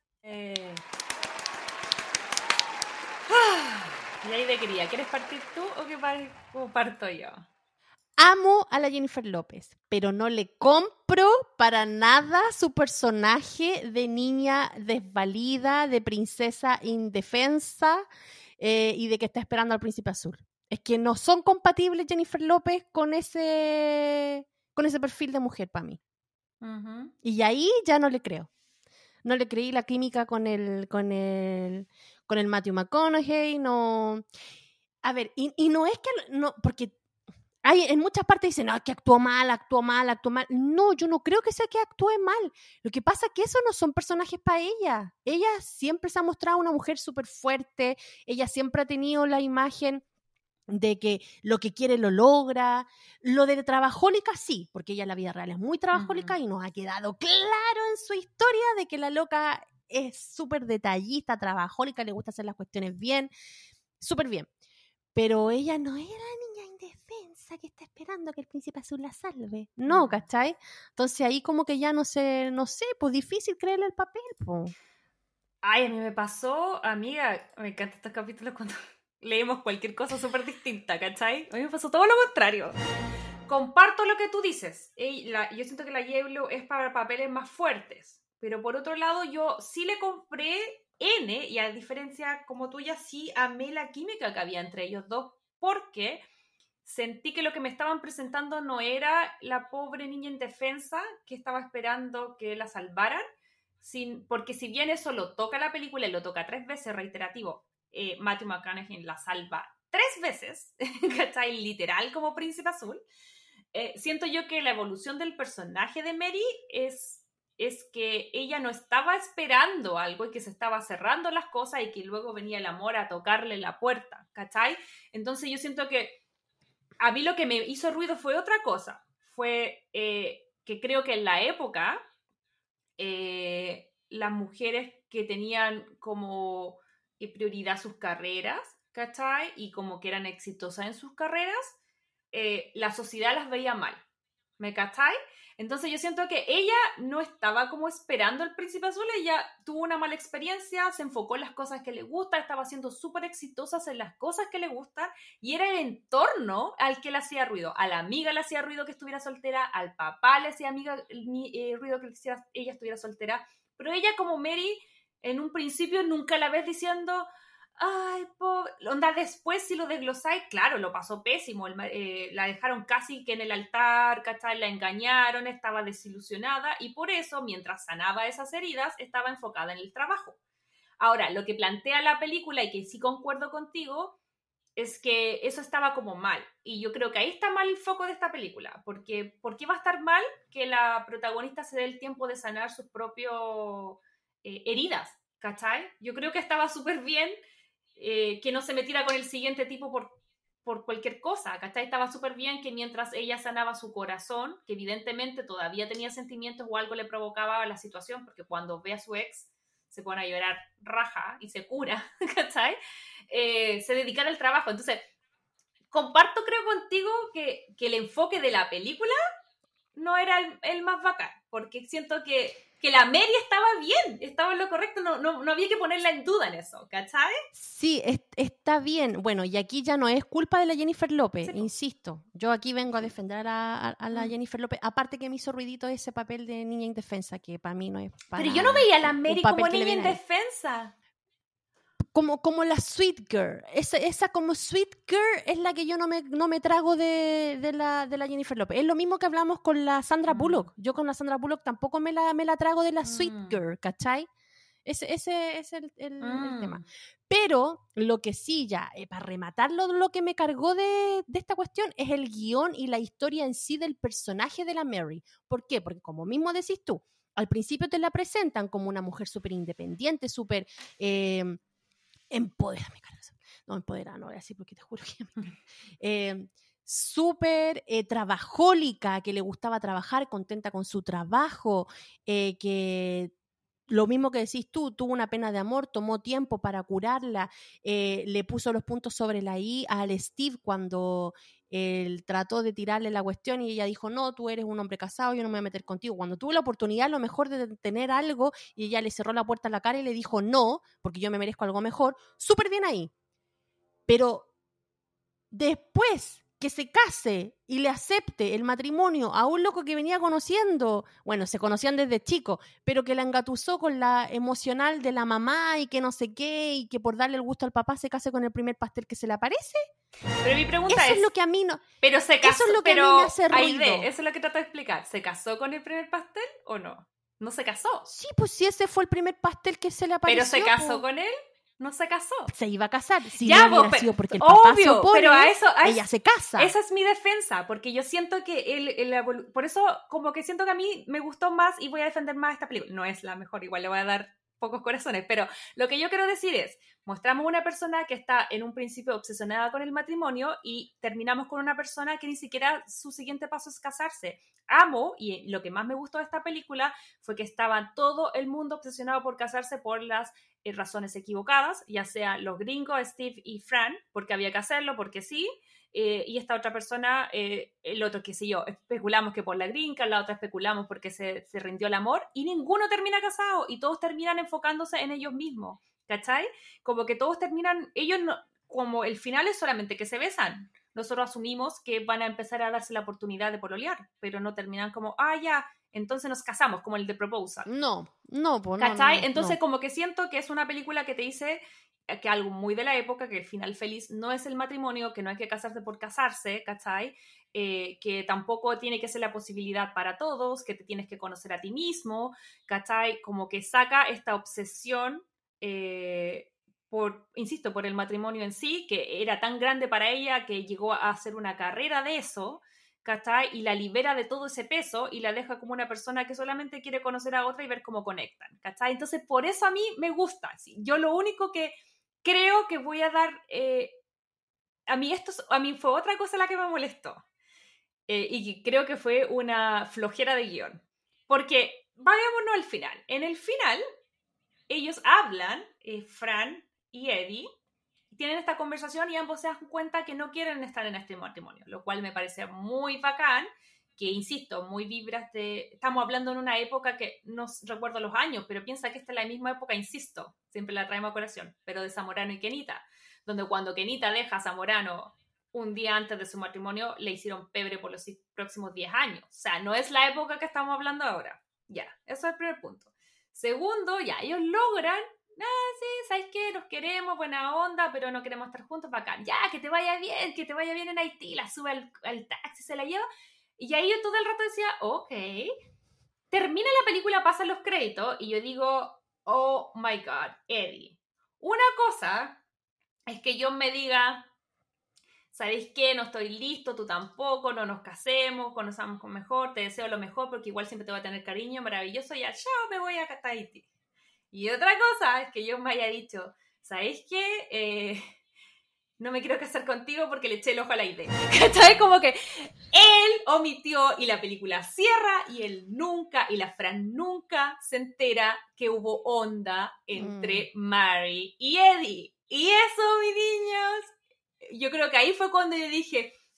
Y ahí te quería, ¿quieres partir tú o que parto yo? Amo a la Jennifer López, pero no le compro para nada su personaje de niña desvalida, de princesa indefensa y de que está esperando al príncipe azul. Es que no son compatibles Jennifer López con ese perfil de mujer para mí. Uh-huh. Y ahí ya no le creo. No le creí la química con el Matthew McConaughey, no. A ver, y no es que no, porque en muchas partes dicen, no, que actuó mal. No, yo no creo que sea que actúe mal. Lo que pasa es que esos no son personajes para ella. Ella siempre se ha mostrado una mujer súper fuerte. Ella siempre ha tenido la imagen de que lo que quiere lo logra. Lo de trabajólica sí, porque ella en la vida real es muy trabajólica y nos ha quedado claro en su historia de que la loca es súper detallista, trabajólica, le gusta hacer las cuestiones bien, súper bien. Pero ella no era niña indefensa que está esperando que el príncipe azul la salve. No, ¿cachai? Entonces ahí como que ya no sé, pues difícil creerle el papel, po. Ay, a mí me pasó, amiga, me encantan estos capítulos cuando leemos cualquier cosa súper distinta, ¿cachai? A mí me pasó todo lo contrario. Comparto lo que tú dices. Yo siento que la J-Lo es para papeles más fuertes. Pero por otro lado, yo sí le compré N, y a diferencia como tuya, sí amé la química que había entre ellos dos, porque sentí que lo que me estaban presentando no era la pobre niña indefensa que estaba esperando que la salvaran, porque si bien eso lo toca la película y lo toca 3 veces, reiterativo, Matthew McConaughey la salva 3 veces, ¿cachai? Literal como príncipe azul. Siento yo que la evolución del personaje de Mary es que ella no estaba esperando algo y que se estaba cerrando las cosas y que luego venía el amor a tocarle la puerta, ¿cachai? Entonces yo siento que a mí lo que me hizo ruido fue otra cosa. Fue que creo que en la época las mujeres que tenían como prioridad sus carreras, ¿cachai? Y como que eran exitosas en sus carreras, la sociedad las veía mal, ¿me cachai? Entonces yo siento que ella no estaba como esperando el príncipe azul, ella tuvo una mala experiencia, se enfocó en las cosas que le gustan, estaba siendo súper exitosa en las cosas que le gustan, y era el entorno al que le hacía ruido. A la amiga le hacía ruido que estuviera soltera, al papá le hacía ruido que ella estuviera soltera, pero ella como Mary, en un principio nunca la ves diciendo... Ay, pobre. Onda, después si lo desglosáis, claro, lo pasó pésimo. La dejaron casi que en el altar, ¿cachai? La engañaron, estaba desilusionada y por eso, mientras sanaba esas heridas, estaba enfocada en el trabajo. Ahora, lo que plantea la película, y que sí concuerdo contigo, es que eso estaba como mal. Y yo creo que ahí está mal el foco de esta película. Porque ¿por qué va a estar mal que la protagonista se dé el tiempo de sanar sus propias heridas? ¿Cachai? Yo creo que estaba súper bien que no se metiera con el siguiente tipo por cualquier cosa, ¿cachai? Estaba súper bien que mientras ella sanaba su corazón, que evidentemente todavía tenía sentimientos o algo le provocaba la situación, porque cuando ve a su ex se pone a llorar raja y se cura, ¿cachai? Se dedicara al trabajo. Entonces, comparto, creo, contigo que el enfoque de la película no era el más bacán, porque siento que la Mary estaba bien, estaba en lo correcto, no había que ponerla en duda en eso, ¿cachai? Sí, está bien. Bueno, y aquí ya no es culpa de la Jennifer López, Sí, insisto. Yo aquí vengo a defender a la Jennifer López, aparte que me hizo ruidito ese papel de niña indefensa, que para mí no es para Pero yo no veía a la un Mary papel como que le niña den a ella. indefensa. Como la Sweet Girl. Esa como Sweet Girl es la que yo no me trago de la Jennifer López. Es lo mismo que hablamos con la Sandra Bullock. Yo con la Sandra Bullock tampoco me la trago de la Sweet Girl, ¿cachai? Ese es el tema. Pero lo que sí, ya, para rematarlo, lo que me cargó de esta cuestión es el guión y la historia en sí del personaje de la Mary. ¿Por qué? Porque como mismo decís tú, al principio te la presentan como una mujer súper independiente, súper empoderada. No, empoderada, no voy a decir porque te juro que súper trabajólica, que le gustaba trabajar, contenta con su trabajo, que lo mismo que decís tú, tuvo una pena de amor, tomó tiempo para curarla, le puso los puntos sobre la I al Steve cuando él trató de tirarle la cuestión y ella dijo, no, tú eres un hombre casado, yo no me voy a meter contigo. Cuando tuvo la oportunidad a lo mejor de tener algo y ella le cerró la puerta a la cara y le dijo, no, porque yo me merezco algo mejor, súper bien ahí. Pero después que se case y le acepte el matrimonio a un loco que venía conociendo, bueno, se conocían desde chico, pero que la engatusó con la emocional de la mamá y que no sé qué, y que por darle el gusto al papá se case con el primer pastel que se le aparece. Pero mi pregunta eso es lo que a mí no... Pero se casó, eso es lo que pero a mí me hace ruido. Aide, eso es lo que trato de explicar. ¿Se casó con el primer pastel o no? ¿No se casó? Sí, pues sí, ese fue el primer pastel que se le apareció. ¿Pero se casó con él? ¿No se casó? Se iba a casar. Si ya, no hubiera sido porque el papá se opone, pero a eso, ella se casa. Esa es mi defensa, porque yo siento que por eso como que siento que a mí me gustó más y voy a defender más esta película. No es la mejor, igual le voy a dar pocos corazones, pero lo que yo quiero decir es, mostramos una persona que está en un principio obsesionada con el matrimonio y terminamos con una persona que ni siquiera su siguiente paso es casarse. Amo, y lo que más me gustó de esta película fue que estaba todo el mundo obsesionado por casarse por las razones equivocadas, ya sea los gringos, Steve y Fran, porque había que hacerlo, porque sí, y esta otra persona, el otro, qué sé yo, especulamos que por la gringa, la otra especulamos porque se rindió el amor, y ninguno termina casado, y todos terminan enfocándose en ellos mismos, ¿cachai? Como que todos terminan, ellos no, como el final es solamente que se besan, nosotros asumimos que van a empezar a darse la oportunidad de pololear, pero no terminan como, ya, entonces nos casamos, como el de Proposal. Pues ¿cachai? no, entonces como que siento que es una película que te dice que algo muy de la época, que el final feliz no es el matrimonio, que no hay que casarse por casarse, ¿cachai? Que tampoco tiene que ser la posibilidad para todos, que te tienes que conocer a ti mismo, ¿cachai? Como que saca esta obsesión por el matrimonio en sí, que era tan grande para ella que llegó a hacer una carrera de eso, ¿cachai? Y la libera de todo ese peso y la deja como una persona que solamente quiere conocer a otra y ver cómo conectan, ¿cachai? Entonces, por eso a mí me gusta. ¿Sí? Yo lo único que creo que voy a dar... a mí fue otra cosa la que me molestó. Y creo que fue una flojera de guión. Porque, vayámonos al final. En el final, ellos hablan, Fran y Eddie, tienen esta conversación y ambos se dan cuenta que no quieren estar en este matrimonio, lo cual me parece muy bacán, que insisto, muy vibras de... Estamos hablando en una época que no recuerdo los años, pero piensa que esta es la misma época, insisto, siempre la traemos a colación, pero de Zamorano y Kenita, donde cuando Kenita deja a Zamorano un día antes de su matrimonio, le hicieron pebre por los próximos 10 años. O sea, no es la época que estamos hablando ahora. Ya, eso es el primer punto. Segundo, ya, ellos logran sí, ¿sabes qué? Nos queremos, buena onda, pero no queremos estar juntos, bacán. Ya, que te vaya bien en Haití, la sube al taxi, se la lleva. Y ahí yo todo el rato decía, ok. Termina la película, pasan los créditos, y yo digo, oh my God, Eddie. Una cosa es que yo me diga, ¿sabéis qué? No estoy listo, tú tampoco, no nos casemos, conozcamos con mejor, te deseo lo mejor, porque igual siempre te voy a tener cariño, maravilloso, ya, chao, me voy a Haití. Y otra cosa es que yo me haya dicho, ¿sabéis qué? No me quiero casar contigo porque le eché el ojo a la idea. ¿Cachai? Como que él omitió y la película cierra y él nunca, y la Fran nunca se entera que hubo onda entre Mary y Eddie. Y eso, mis niños, yo creo que ahí fue cuando yo dije,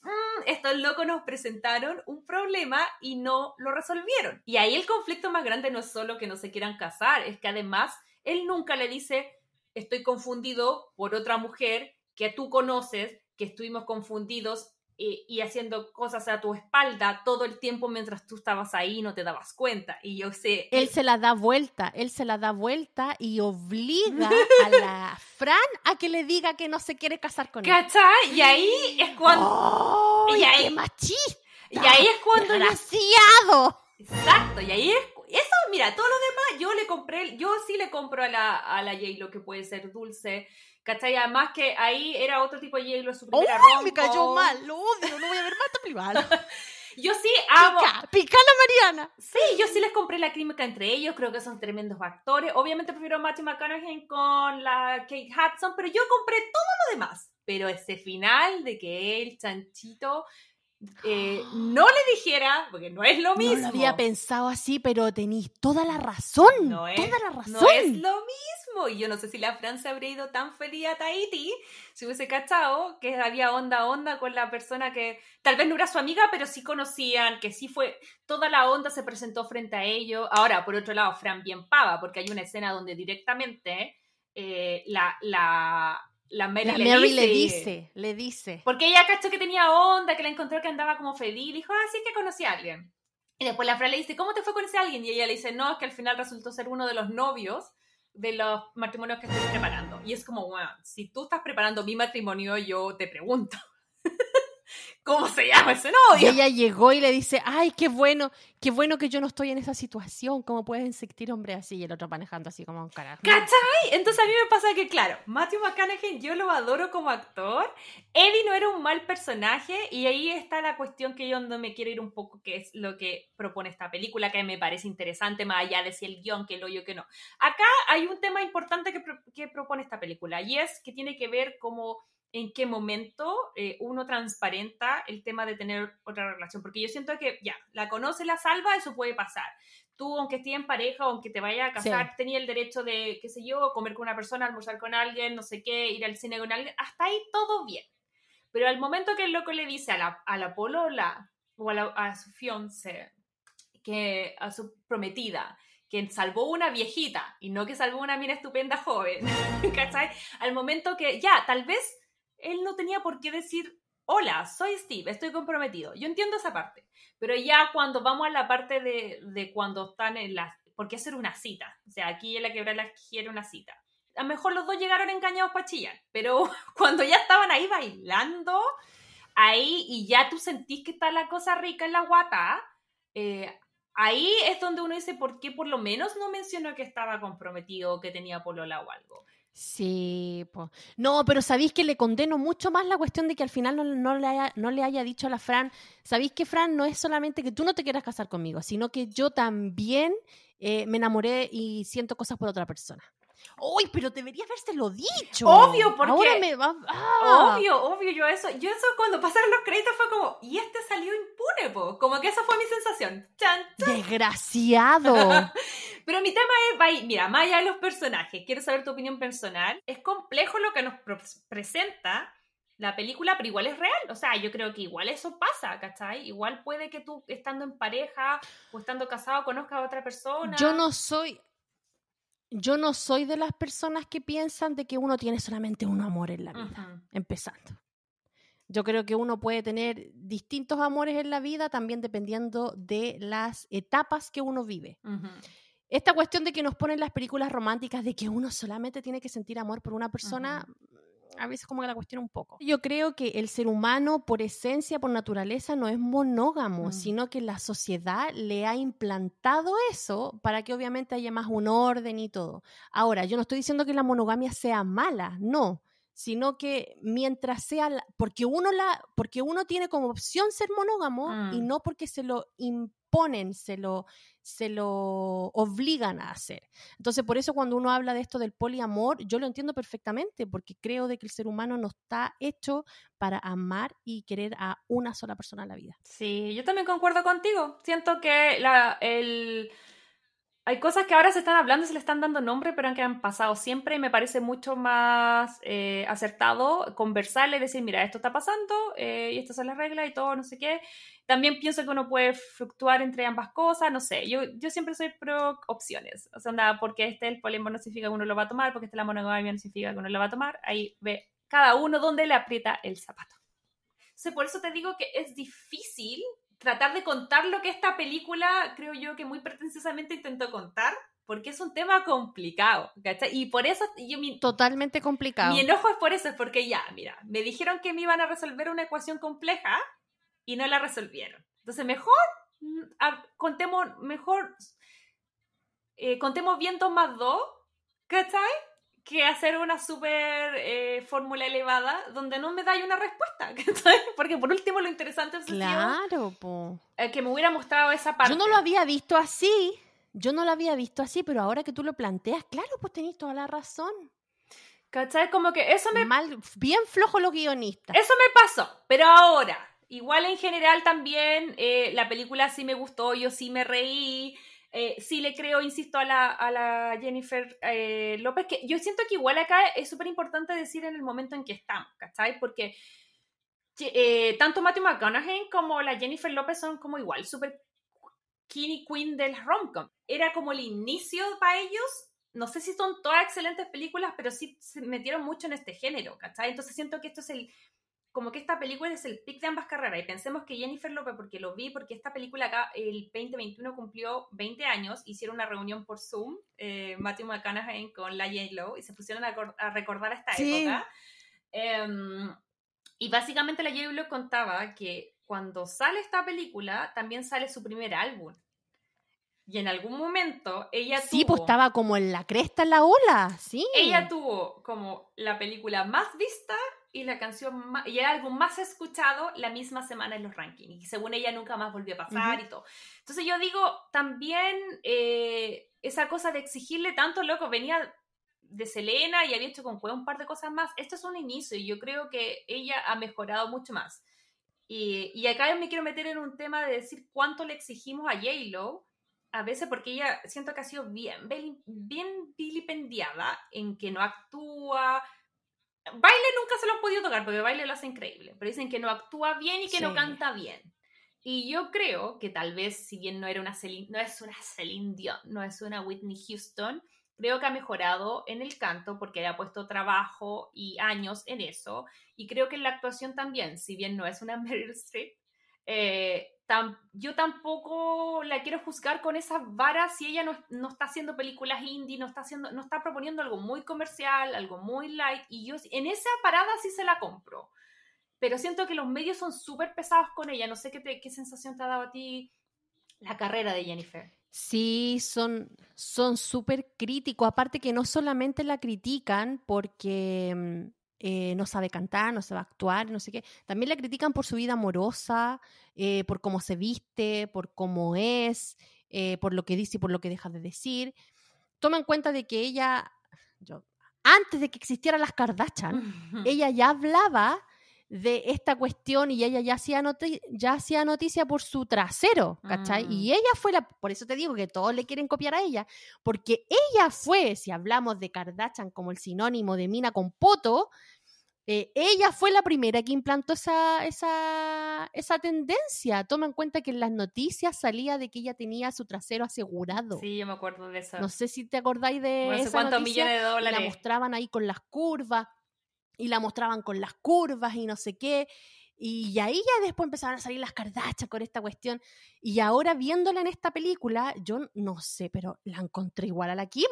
estos locos nos presentaron un problema y no lo resolvieron. Y ahí el conflicto más grande no es solo que no se quieran casar, es que además él nunca le dice, estoy confundido por otra mujer que tú conoces, que estuvimos confundidos y haciendo cosas a tu espalda todo el tiempo mientras tú estabas ahí y no te dabas cuenta. Y yo sé... Él se la da vuelta y obliga a la Fran a que le diga que no se quiere casar con él. ¿Cachai? Y ahí es cuando... ¡Oh, qué machista! Y ahí es cuando... ¡Desgraciado! Exacto, y ahí es... Eso, mira, todo lo demás yo sí le compro a la J-Lo que puede ser dulce, ¿cachai? Además que ahí era otro tipo de J-Lo, su primera rom-com. Me cayó mal, lo odio, no voy a ver más esta privada. Yo sí amo... Pica la Mariana. Sí, yo sí les compré la química entre ellos, creo que son tremendos actores. Obviamente prefiero a Matthew McConaughey con la Kate Hudson, pero yo compré todo lo demás. Pero ese final de que el chanchito... no le dijera, porque no es lo mismo. No lo había pensado así, pero tenéis toda la razón. No es lo mismo. Y yo no sé si la Fran se habría ido tan feliz a Tahití si hubiese cachado que había onda con la persona que tal vez no era su amiga, pero sí conocían, que sí fue, toda la onda se presentó frente a ellos. Ahora, por otro lado, Fran bien pava, porque hay una escena donde directamente la Mary le dice. Porque ella cachó que tenía onda, que la encontró que andaba como feliz. Dijo, sí que conocí a alguien. Y después la Fran le dice, ¿cómo te fue con ese alguien? Y ella le dice, no, es que al final resultó ser uno de los novios de los matrimonios que estoy preparando. Y es como, bueno, si tú estás preparando mi matrimonio, yo te pregunto. ¿Cómo se llama ese novio? Y ella llegó y le dice, ay, qué bueno que yo no estoy en esa situación, ¿cómo pueden sentir hombre así? Y el otro manejando así como un carajo. ¿Cachai? Entonces a mí me pasa que, claro, Matthew McConaughey yo lo adoro como actor, Eddie no era un mal personaje, y ahí está la cuestión que yo no me quiero ir un poco, que es lo que propone esta película, que me parece interesante, más allá de si el guión, que el hoyo, que no. Acá hay un tema importante que propone esta película, y es que tiene que ver como... en qué momento uno transparenta el tema de tener otra relación. Porque yo siento que, ya, la conoce, la salva, eso puede pasar. Tú, aunque estés en pareja o aunque te vayas a casar, sí, tenías el derecho de, qué sé yo, comer con una persona, almorzar con alguien, no sé qué, ir al cine con alguien. Hasta ahí todo bien. Pero al momento que el loco le dice a la polola o a su fiancé, que a su prometida, que salvó una viejita y no que salvó una mina estupenda joven, ¿cachai? Al momento que, ya, tal vez él no tenía por qué decir, hola, soy Steve, estoy comprometido. Yo entiendo esa parte. Pero ya cuando vamos a la parte de cuando están en la... ¿Por qué hacer una cita? O sea, aquí en la quebrada quiere una cita. A lo mejor los dos llegaron engañados para chillar, pero cuando ya estaban ahí bailando, ahí, y ya tú sentís que está la cosa rica en la guata, ahí es donde uno dice, ¿por qué por lo menos no mencionó que estaba comprometido o que tenía polola o algo? Sí, pues. No, pero sabéis que le condeno mucho más la cuestión de que al final no le haya dicho a la Fran, sabéis que Fran no es solamente que tú no te quieras casar conmigo, sino que yo también me enamoré y siento cosas por otra persona. ¡Uy, pero deberías habérselo dicho! Obvio, porque... Ahora me va... Obvio, yo eso cuando pasaron los créditos fue como, y este salió impune, po. Como que esa fue mi sensación. ¡Chan, chan! ¡Desgraciado! Pero mi tema es, mira, más allá de los personajes, quiero saber tu opinión personal. Es complejo lo que nos presenta la película, pero igual es real. O sea, yo creo que igual eso pasa, ¿cachai? Igual puede que tú, estando en pareja o estando casado, conozcas a otra persona. Yo no soy de las personas que piensan de que uno tiene solamente un amor en la vida, empezando. Yo creo que uno puede tener distintos amores en la vida, también dependiendo de las etapas que uno vive. Esta cuestión de que nos ponen las películas románticas de que uno solamente tiene que sentir amor por una persona, a veces como que la cuestión un poco. Yo creo que el ser humano, por esencia, por naturaleza, no es monógamo, sino que la sociedad le ha implantado eso para que obviamente haya más un orden y todo. Ahora, yo no estoy diciendo que la monogamia sea mala, no, sino que mientras sea... porque uno tiene como opción ser monógamo y no porque se lo imponen, se lo obligan a hacer. Entonces, por eso cuando uno habla de esto del poliamor, yo lo entiendo perfectamente, porque creo de que el ser humano no está hecho para amar y querer a una sola persona en la vida. Sí, yo también concuerdo contigo. Siento que hay cosas que ahora se están hablando y se le están dando nombre, pero que han pasado siempre y me parece mucho más acertado conversarle y decir, mira, esto está pasando y estas son las reglas y todo, no sé qué. También pienso que uno puede fluctuar entre ambas cosas, no sé. Yo siempre soy pro opciones. O sea, anda, porque el poliamor no significa que uno lo va a tomar, porque la monogamia no significa que uno lo va a tomar. Ahí ve cada uno donde le aprieta el zapato. Entonces, por eso te digo que es difícil tratar de contar lo que esta película, creo yo, que muy pretenciosamente intentó contar, porque es un tema complicado, ¿cachai? Y por eso... Totalmente complicado. Mi enojo es por eso, es porque ya, mira, me dijeron que me iban a resolver una ecuación compleja y no la resolvieron. Entonces, contemos bien 2 más 2, ¿cachai? Que hacer una super fórmula elevada donde no me da una respuesta, ¿cachai? Porque por último lo interesante es que me hubiera mostrado esa parte. Yo no lo había visto así, pero ahora que tú lo planteas, claro, pues tenés toda la razón. ¿Cachai? Como que eso bien flojo los guionistas. Eso me pasó, pero ahora, igual en general también la película sí me gustó, yo sí me reí. Sí le creo, insisto, a la Jennifer López, que yo siento que igual acá es súper importante decir en el momento en que estamos, ¿cachai? Porque tanto Matthew McConaughey como la Jennifer López son como igual, súper king y queen del rom-com. Era como el inicio para ellos. No sé si son todas excelentes películas, pero sí se metieron mucho en este género, ¿cachai? Entonces siento que esto es como que esta película es el pic de ambas carreras. Y pensemos que Jennifer López, porque esta película acá, el 2021 cumplió 20 años, hicieron una reunión por Zoom, Matthew McConaughey con la J-Lo, y se pusieron a recordar esta época. Y básicamente la J-Lo contaba que cuando sale esta película, también sale su primer álbum. Y en algún momento ella tuvo... Sí, pues estaba como en la cresta, en la ola, sí. Ella tuvo como la película más vista y la canción y el álbum más escuchado la misma semana en los rankings. Y según ella nunca más volvió a pasar y todo. Entonces yo digo, también esa cosa de exigirle tanto, loco, venía de Selena y había hecho con Cueva un par de cosas más. Esto es un inicio y yo creo que ella ha mejorado mucho más. Y acá yo me quiero meter en un tema de decir cuánto le exigimos a J-Lo, a veces porque ella siento que ha sido bien vilipendiada en que no actúa. Baile nunca se lo han podido tocar porque Baile lo hace increíble, pero dicen que no actúa bien y que no canta bien. Y yo creo que tal vez, si bien no es una Celine Dion, no es una Whitney Houston, creo que ha mejorado en el canto porque le ha puesto trabajo y años en eso. Y creo que en la actuación también, si bien no es una Meryl Streep, yo tampoco la quiero juzgar con esas varas si ella no está haciendo películas indie, no está proponiendo algo muy comercial, algo muy light, y yo en esa parada sí se la compro. Pero siento que los medios son súper pesados con ella. No sé qué sensación te ha dado a ti la carrera de Jennifer. Sí, son súper críticos. Aparte que no solamente la critican porque no sabe cantar, no sabe actuar, no sé qué. También la critican por su vida amorosa, por cómo se viste, por cómo es, por lo que dice y por lo que deja de decir. Toma en cuenta de que antes de que existieran las Kardashian, ella ya hablaba de esta cuestión y ella ya hacía noticia por su trasero, ¿cachai? Y ella fue por eso te digo que todos le quieren copiar a ella, porque ella fue, si hablamos de Kardashian como el sinónimo de mina con poto, ella fue la primera que implantó esa tendencia. Toma en cuenta que en las noticias salía de que ella tenía su trasero asegurado. Sí, yo me acuerdo de eso. No sé si te acordáis de esa cuántos noticia. millones de dólares. La mostraban ahí con las curvas. Y la mostraban con las curvas y no sé qué. Y ahí ya después empezaron a salir las Kardashian con esta cuestión. Y ahora viéndola en esta película, yo no sé, pero la encontré igual a la Kim.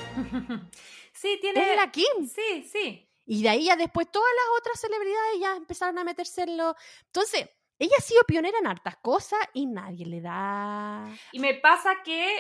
Sí, tiene... Es la Kim. Sí. Y de ahí ya después todas las otras celebridades ya empezaron a meterse en lo... Entonces, ella ha sido pionera en hartas cosas y nadie le da... Y me pasa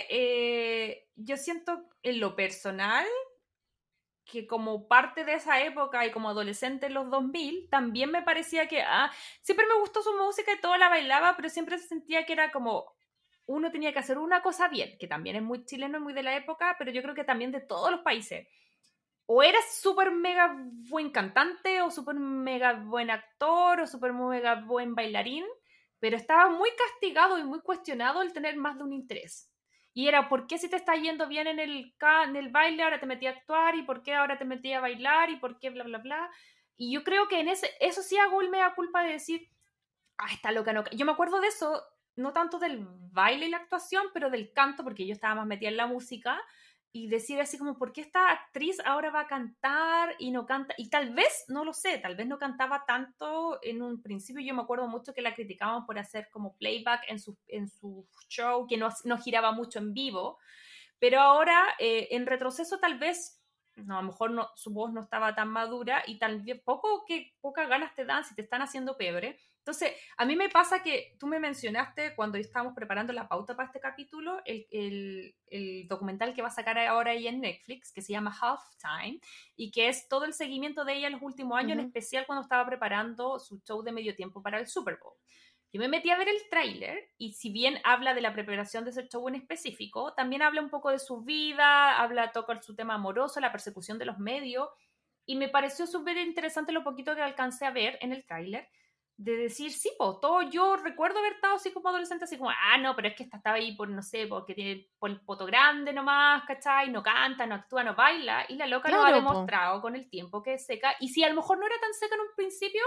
que yo siento en lo personal que como parte de esa época y como adolescente en los 2000, también me parecía que siempre me gustó su música y todo la bailaba, pero siempre se sentía que era como uno tenía que hacer una cosa bien, que también es muy chileno, muy de la época, pero yo creo que también de todos los países. O eras súper mega buen cantante, o súper mega buen actor, o súper mega buen bailarín, pero estaba muy castigado y muy cuestionado el tener más de un interés. Y era, ¿por qué si te está yendo bien en el baile ahora te metí a actuar? ¿Y por qué ahora te metí a bailar? ¿Y por qué bla, bla, bla? Y yo creo que eso sí hago el mea culpa de decir, está loca, no. Yo me acuerdo de eso, no tanto del baile y la actuación, pero del canto, porque yo estaba más metida en la música, y decir así como, ¿por qué esta actriz ahora va a cantar y no canta? Y tal vez, no lo sé, tal vez no cantaba tanto en un principio. Yo me acuerdo mucho que la criticaban por hacer como playback en su show, que no giraba mucho en vivo, pero ahora en retroceso tal vez, no, a lo mejor no, su voz no estaba tan madura y tal vez pocas ganas te dan si te están haciendo pebre. Entonces, a mí me pasa que tú me mencionaste cuando estábamos preparando la pauta para este capítulo, el documental que va a sacar ahora ella en Netflix, que se llama Halftime, y que es todo el seguimiento de ella en los últimos años, en especial cuando estaba preparando su show de medio tiempo para el Super Bowl. Yo me metí a ver el tráiler y si bien habla de la preparación de ese show en específico, también habla un poco de su vida, toca su tema amoroso, la persecución de los medios, y me pareció súper interesante lo poquito que alcancé a ver en el tráiler, de decir, sí, todo, yo recuerdo haber estado así como adolescente, así como, no, pero es que esta estaba ahí por, no sé, porque tiene por el poto grande nomás, ¿cachai? No canta, no actúa, no baila, y la loca lo ha demostrado con el tiempo que es seca, y si a lo mejor no era tan seca en un principio,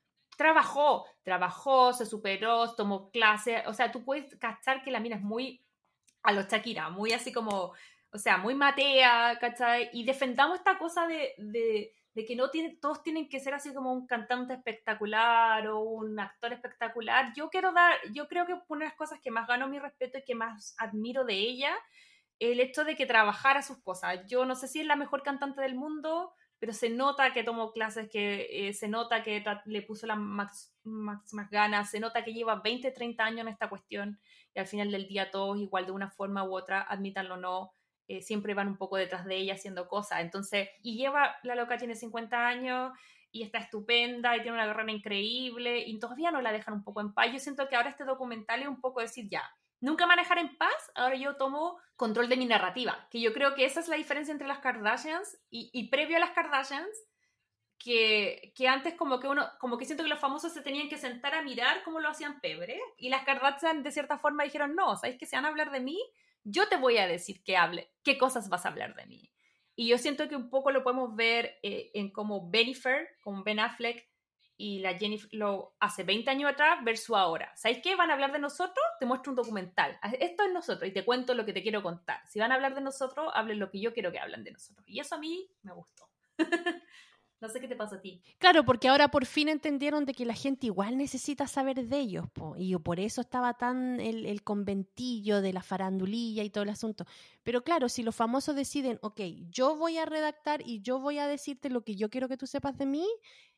trabajó, se superó, tomó clase, o sea, tú puedes cachar que la mina es muy a los Shakira, muy así como, o sea, muy matea, ¿cachai? Y defendamos esta cosa de que todos tienen que ser así como un cantante espectacular o un actor espectacular. Yo creo que una de las cosas que más gano mi respeto y que más admiro de ella, el hecho de que trabajara sus cosas. Yo no sé si es la mejor cantante del mundo, pero se nota que tomó clases, que se nota que le puso las máximas ganas, se nota que lleva 20, 30 años en esta cuestión y al final del día todos igual de una forma u otra, admítanlo o no, siempre van un poco detrás de ella haciendo cosas. Entonces, la loca tiene 50 años y está estupenda y tiene una carrera increíble y todavía no la dejan un poco en paz. Yo siento que ahora este documental es un poco decir ya, nunca manejar en paz, ahora yo tomo control de mi narrativa, que yo creo que esa es la diferencia entre las Kardashians y previo a las Kardashians, que antes como que siento que los famosos se tenían que sentar a mirar cómo lo hacían pebre, y las Kardashian de cierta forma dijeron, no, ¿sabéis que si van a hablar de mí? Yo te voy a decir qué cosas vas a hablar de mí. Y yo siento que un poco lo podemos ver en como Bennifer, con Ben Affleck, y la Jennifer lo hace 20 años atrás versus ahora. ¿Sabéis qué? ¿Van a hablar de nosotros? Te muestro un documental. Esto es nosotros y te cuento lo que te quiero contar. Si van a hablar de nosotros, hablen lo que yo quiero que hablen de nosotros. Y eso a mí me gustó. No sé qué te pasa a ti. Claro, porque ahora por fin entendieron de que la gente igual necesita saber de ellos, y por eso estaba tan el conventillo de la farandulilla y todo el asunto. Pero claro, si los famosos deciden, ok, yo voy a redactar y yo voy a decirte lo que yo quiero que tú sepas de mí,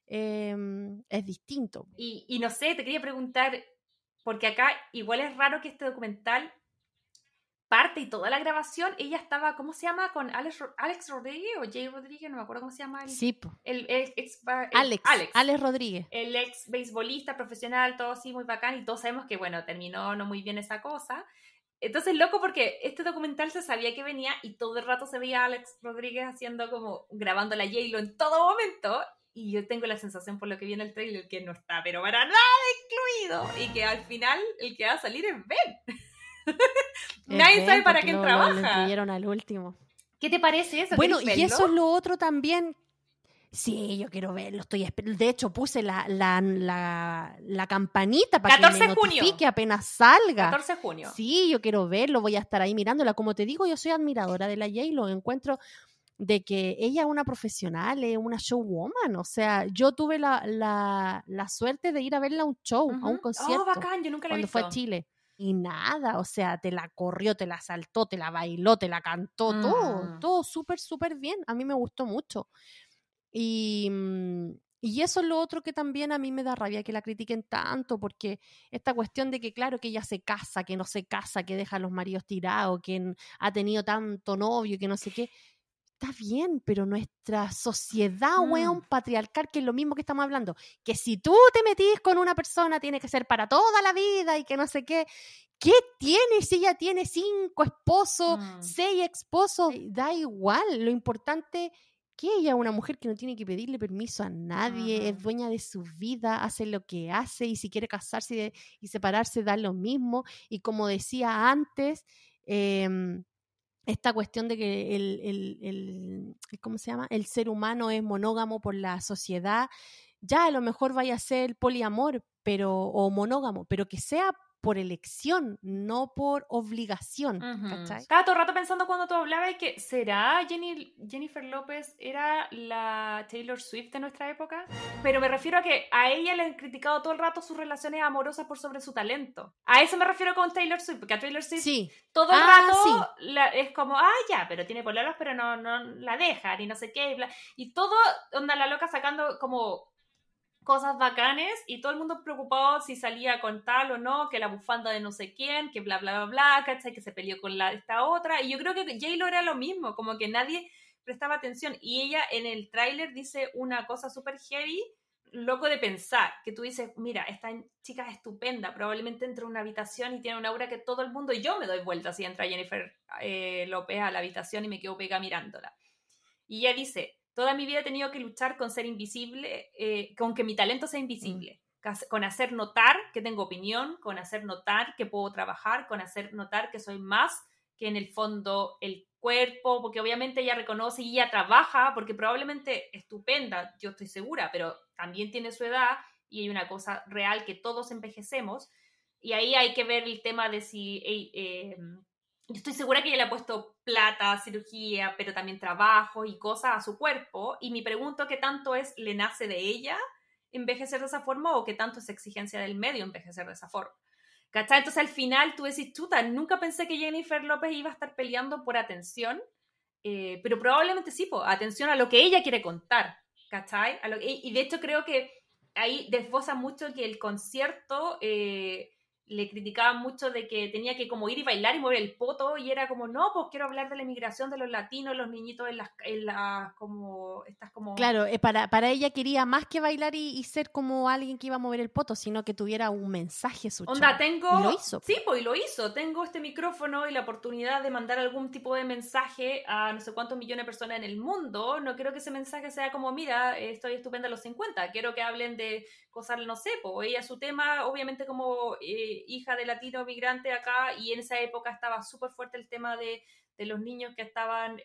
es distinto. Y no sé, te quería preguntar, porque acá igual es raro que este documental parte y toda la grabación, ella estaba, ¿cómo se llama? Con Alex Rodríguez o Jay Rodríguez, no me acuerdo cómo se llama. Alex Rodríguez. El ex beisbolista profesional, todo así muy bacán, y todos sabemos que, bueno, terminó no muy bien esa cosa. Entonces, loco, porque este documental se sabía que venía y todo el rato se veía a Alex Rodríguez grabando la J-Lo en todo momento, y yo tengo la sensación por lo que viene el trailer que no está, pero para nada incluido, y que al final el que va a salir es Ben. Nadie sabe para quién trabaja. Lo incluyeron al último. ¿Qué te parece eso? Bueno, y eso es lo otro también. Sí, yo quiero verlo. De hecho, puse la campanita para que me notifique apenas salga. 14 de junio. Sí, yo quiero verlo. Voy a estar ahí mirándola. Como te digo, yo soy admiradora de la J-Lo. Encuentro de que ella es una profesional, es una showwoman. O sea, yo tuve la suerte de ir a verla a un show, a un concierto. Oh, bacán, yo nunca la he visto. Cuando fue a Chile. Y nada, o sea, te la corrió, te la saltó, te la bailó, te la cantó, todo súper, súper bien. A mí me gustó mucho. Y eso es lo otro que también a mí me da rabia, que la critiquen tanto, porque esta cuestión de que, claro, que ella se casa, que no se casa, que deja a los maridos tirados, que ha tenido tanto novio, que no sé qué. Está bien, pero nuestra sociedad, weón, patriarcal, que es lo mismo que estamos hablando, que si tú te metís con una persona tiene que ser para toda la vida y que no sé qué. ¿Qué tiene si ella tiene 5 esposos, 6 esposos? Da igual, lo importante que ella es una mujer que no tiene que pedirle permiso a nadie, es dueña de su vida, hace lo que hace y si quiere casarse y separarse da lo mismo. Y como decía antes, esta cuestión de que ¿cómo se llama? El ser humano es monógamo por la sociedad, ya a lo mejor vaya a ser poliamor, o monógamo, pero que sea por elección, no por obligación. ¿Cachai? Estaba todo el rato pensando cuando tú hablabas que ¿será Jennifer López era la Taylor Swift de nuestra época? Pero me refiero a que a ella le han criticado todo el rato sus relaciones amorosas por sobre su talento. A eso me refiero con Taylor Swift, porque a Taylor Swift todo el rato es como, ya, pero tiene pololos, pero no la dejan y no sé qué, y todo, onda la loca sacando como cosas bacanes y todo el mundo preocupado si salía con tal o no, que la bufanda de no sé quién, que bla, bla, bla, bla, ¿cachai? Que se peleó con esta otra. Y yo creo que J-Lo era lo mismo, como que nadie prestaba atención. Y ella en el tráiler dice una cosa súper heavy, loco de pensar, que tú dices, mira, esta chica es estupenda, probablemente entra a una habitación y tiene una aura que todo el mundo, y yo me doy vuelta si entra Jennifer López a la habitación y me quedo pegada mirándola. Y ella dice, toda mi vida he tenido que luchar con ser invisible, con que mi talento sea invisible, con hacer notar que tengo opinión, con hacer notar que puedo trabajar, con hacer notar que soy más que en el fondo el cuerpo, porque obviamente ella reconoce y ella trabaja, porque probablemente estupenda, yo estoy segura, pero también tiene su edad y hay una cosa real que todos envejecemos, y ahí hay que ver el tema de si... yo estoy segura que ella le ha puesto plata, cirugía, pero también trabajo y cosas a su cuerpo. Y me pregunto qué tanto le nace de ella envejecer de esa forma o qué tanto es exigencia del medio envejecer de esa forma. ¿Cachai? Entonces al final tú decís, chuta, nunca pensé que Jennifer López iba a estar peleando por atención, pero probablemente sí, atención a lo que ella quiere contar. ¿Cachai? Y de hecho creo que ahí desbosa mucho que el concierto... le criticaban mucho de que tenía que como ir y bailar y mover el poto, y era como, no, pues quiero hablar de la inmigración de los latinos, los niñitos en las como, estas como... Claro, para ella quería más que bailar y ser como alguien que iba a mover el poto, sino que tuviera un mensaje su Onda, show. Y lo hizo. Sí, pues, y lo hizo. Tengo este micrófono y la oportunidad de mandar algún tipo de mensaje a no sé cuántos millones de personas en el mundo. No quiero que ese mensaje sea como, mira, estoy estupenda a los 50. Quiero que hablen de cosas, no sé, pues ella su tema, obviamente como hija de latino migrante acá, y en esa época estaba súper fuerte el tema de los niños que estaban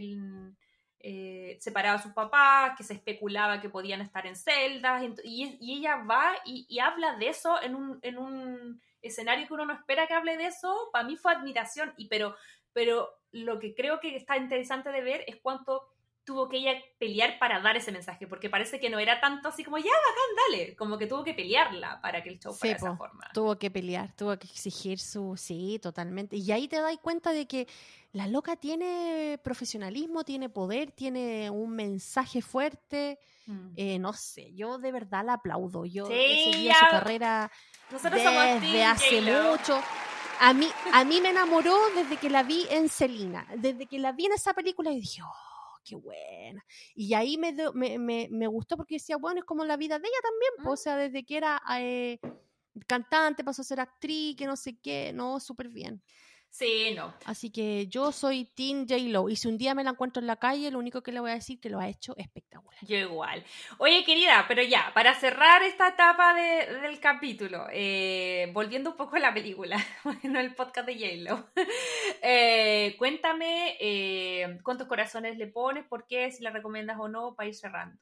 separados de sus papás, que se especulaba que podían estar en celdas, y ella va y habla de eso en un escenario que uno no espera que hable de eso. Para mí fue admiración, pero lo que creo que está interesante de ver es cuánto tuvo que ella pelear para dar ese mensaje, porque parece que no era tanto así como, ya, bacán, dale, como que tuvo que pelearla para que el show fuera de esa forma. Tuvo que pelear, tuvo que exigir sí, totalmente. Y ahí te das cuenta de que la loca tiene profesionalismo, tiene poder, tiene un mensaje fuerte. No sé, yo de verdad la aplaudo. Yo seguía su carrera desde hace mucho. A mí me enamoró desde que la vi en Selena. Desde que la vi en esa película y dije, qué buena. Y ahí me gustó porque decía, bueno, es como la vida de ella también, pues, o sea, desde que era cantante pasó a ser actriz, que no sé qué, no, súper bien. Sí, no. Así que yo soy Team J-Lo, y si un día me la encuentro en la calle, lo único que le voy a decir que lo ha hecho espectacular. Yo igual. Oye, querida, pero ya, para cerrar esta etapa del capítulo, volviendo un poco a la película, no el podcast de J-Lo, cuéntame cuántos corazones le pones, por qué, si la recomiendas o no, para ir cerrando.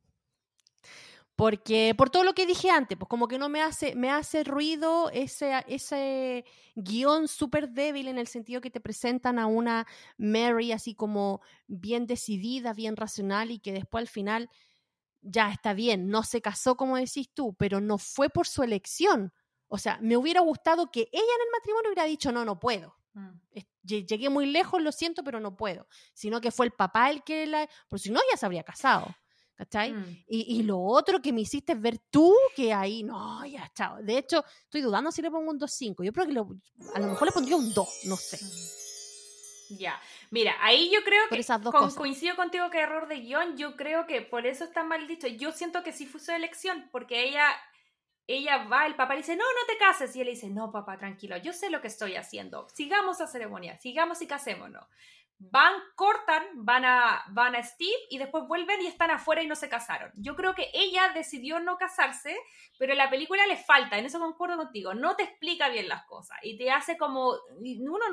Porque por todo lo que dije antes, pues como que no me hace ruido ese guión súper débil, en el sentido que te presentan a una Mary así como bien decidida, bien racional, y que después al final ya está bien, no se casó como decís tú, pero no fue por su elección. O sea, me hubiera gustado que ella en el matrimonio hubiera dicho, no puedo. Llegué muy lejos, lo siento, pero no puedo. Sino que fue el papá el que porque si no ya se habría casado. ¿Cachai? Y lo otro que me hiciste ver tú, que ahí, no, ya, chao. De hecho, estoy dudando si le pongo un 2.5. Yo creo que a lo mejor le pondría un 2, no sé. Ya, mira, ahí yo creo por que esas dos cosas. Coincido contigo que error de guión. Yo creo que por eso está mal dicho. Yo siento que sí fue su elección, porque ella va, el papá le dice, no te cases, y él le dice, no, papá, tranquilo, yo sé lo que estoy haciendo, sigamos la ceremonia, sigamos y casémonos. Cortan, van a Steve, y después vuelven y están afuera y no se casaron. Yo creo que ella decidió no casarse, pero en la película le falta, en eso concuerdo contigo, no te explica bien las cosas y te hace como,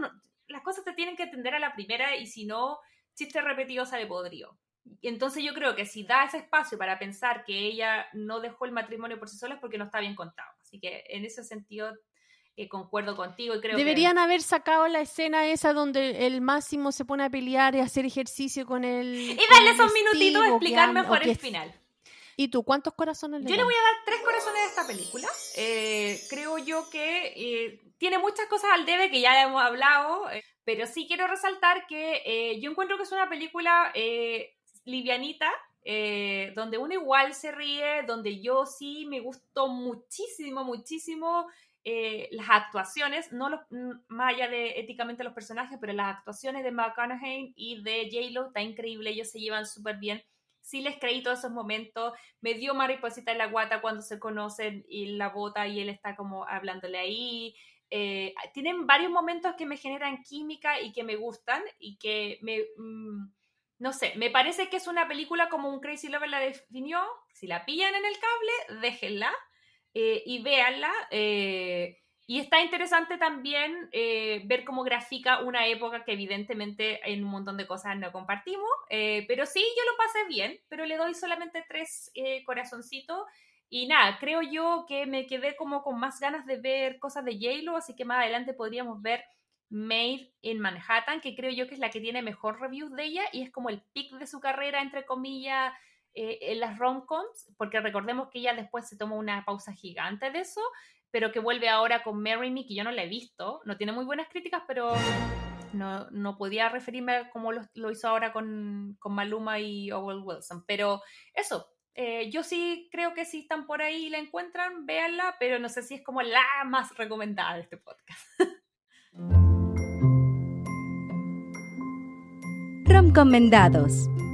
las cosas se tienen que entender a la primera y si no, chiste repetido sale podrido. Entonces yo creo que si da ese espacio para pensar que ella no dejó el matrimonio por sí sola es porque no está bien contado. Así que en ese sentido concuerdo contigo y creo Deberían que... haber sacado la escena esa donde el Máximo se pone a pelear y a hacer ejercicio con el... Y darle esos minutitos a explicar mejor el final. ¿Y tú cuántos corazones le das? Yo le voy a dar 3 corazones a esta película. Creo yo que tiene muchas cosas al debe que ya hemos hablado, pero sí quiero resaltar que yo encuentro que es una película livianita, donde uno igual se ríe, donde yo sí me gustó muchísimo las actuaciones, no más allá de éticamente los personajes, pero las actuaciones de McConaughey y de J-Lo está increíble, ellos se llevan súper bien. Sí les creí todos esos momentos, me dio mariposita en la guata cuando se conocen y la bota y él está como hablándole ahí. Tienen varios momentos que me generan química y que me gustan y que no sé, me parece que es una película como un Crazy Lover la definió. Si la pillan en el cable, déjenla y véanla. Y está interesante también ver cómo grafica una época que evidentemente en un montón de cosas no compartimos, pero sí, yo lo pasé bien, pero le doy solamente 3 corazoncitos. Y nada, creo yo que me quedé como con más ganas de ver cosas de J-Lo, así que más adelante podríamos ver Made in Manhattan, que creo yo que es la que tiene mejor reviews de ella y es como el pic de su carrera, entre comillas, en las rom-coms, porque recordemos que ella después se toma una pausa gigante de eso, pero que vuelve ahora con Marry Me, que yo no la he visto, no tiene muy buenas críticas, pero no podía referirme como lo hizo ahora con Maluma y Owen Wilson, pero eso, yo sí creo que si están por ahí y la encuentran, véanla, pero no sé si es como la más recomendada de este podcast. Recomendados.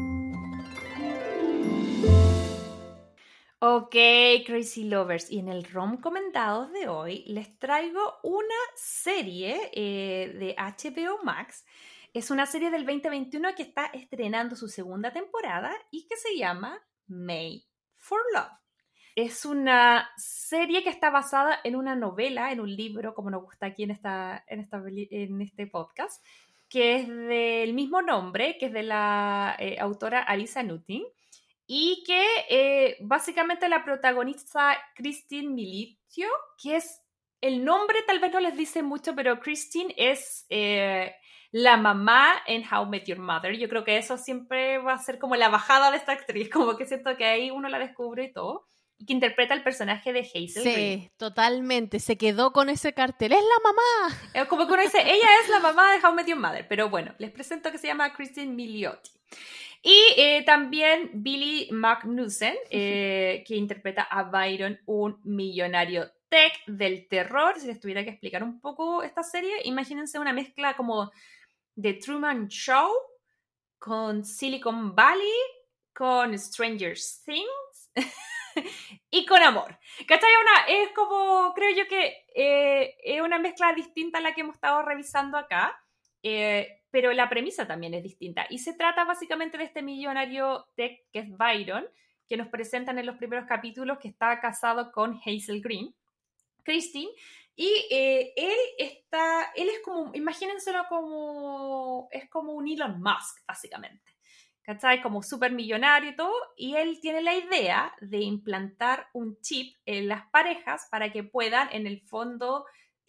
Ok, Crazy Lovers, y en el recomendados de hoy les traigo una serie de HBO Max. Es una serie del 2021 que está estrenando su segunda temporada y que se llama Made for Love. Es una serie que está basada en una novela, en un libro, como nos gusta aquí en este podcast, que es del mismo nombre, que es de la autora Alisa Nutting, y que básicamente la protagoniza Christine Milioti, que es, el nombre tal vez no les dice mucho, pero Christine es la mamá en How I Met Your Mother. Yo creo que eso siempre va a ser como la bajada de esta actriz, como que siento que ahí uno la descubre y todo, y que interpreta el personaje de Hazel Green. Sí, totalmente, se quedó con ese cartel, ¡es la mamá! Como que uno dice, ella es la mamá de How I Met Your Mother, pero bueno, les presento que se llama Christine Milioti. Y también Billy Magnussen, que interpreta a Byron, un millonario tech del terror. Si les tuviera que explicar un poco esta serie, imagínense una mezcla como de Truman Show con Silicon Valley, con Stranger Things y con amor. ¿Cachai? Es como, creo yo que es una mezcla distinta a la que hemos estado revisando acá. Pero la premisa también es distinta. Y se trata básicamente de este millonario tech que es Byron, que nos presentan en los primeros capítulos, que está casado con Hazel Green, Christine, y él es como, imagínenselo como, es como un Elon Musk, básicamente. ¿Cachai? Como súper millonario y todo, y él tiene la idea de implantar un chip en las parejas para que puedan, en el fondo,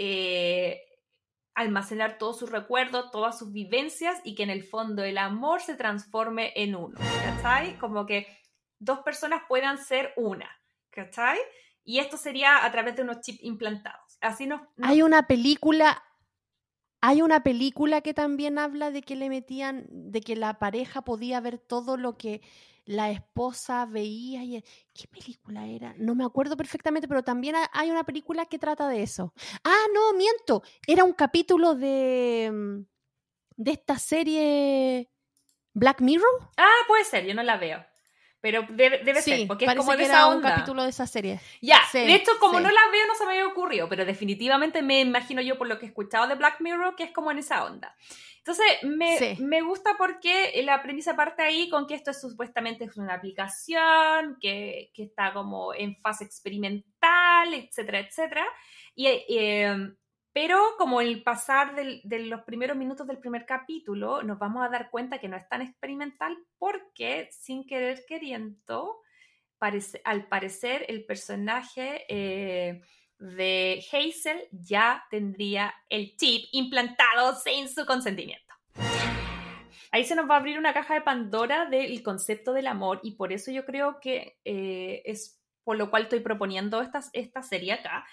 almacenar todos sus recuerdos, todas sus vivencias y que en el fondo el amor se transforme en uno, ¿cachai? Como que 2 personas puedan ser una, ¿cachai? Y esto sería a través de unos chips implantados. Así no... Hay una película que también habla de que le metían, de que la pareja podía ver todo lo que la esposa veía. ¿Qué película era? No me acuerdo perfectamente, pero también hay una película que trata de eso. Ah, no, miento. Era un capítulo de esta serie Black Mirror. Ah, puede ser, yo no la veo. Pero debe ser, porque es como de esa onda. Un capítulo de esa serie. Ya, sí, de hecho, como no la veo, no se me había ocurrido, pero definitivamente me imagino yo, por lo que he escuchado de Black Mirror, que es como en esa onda. Entonces, me gusta porque la premisa parte ahí con que esto supuestamente es una aplicación que está como en fase experimental, etcétera, etcétera. Y Pero como el pasar de los primeros minutos del primer capítulo, nos vamos a dar cuenta que no es tan experimental porque, sin querer queriendo, al parecer el personaje de Hazel ya tendría el chip implantado sin su consentimiento. Ahí se nos va a abrir una caja de Pandora del concepto del amor y por eso yo creo que es por lo cual estoy proponiendo esta serie acá.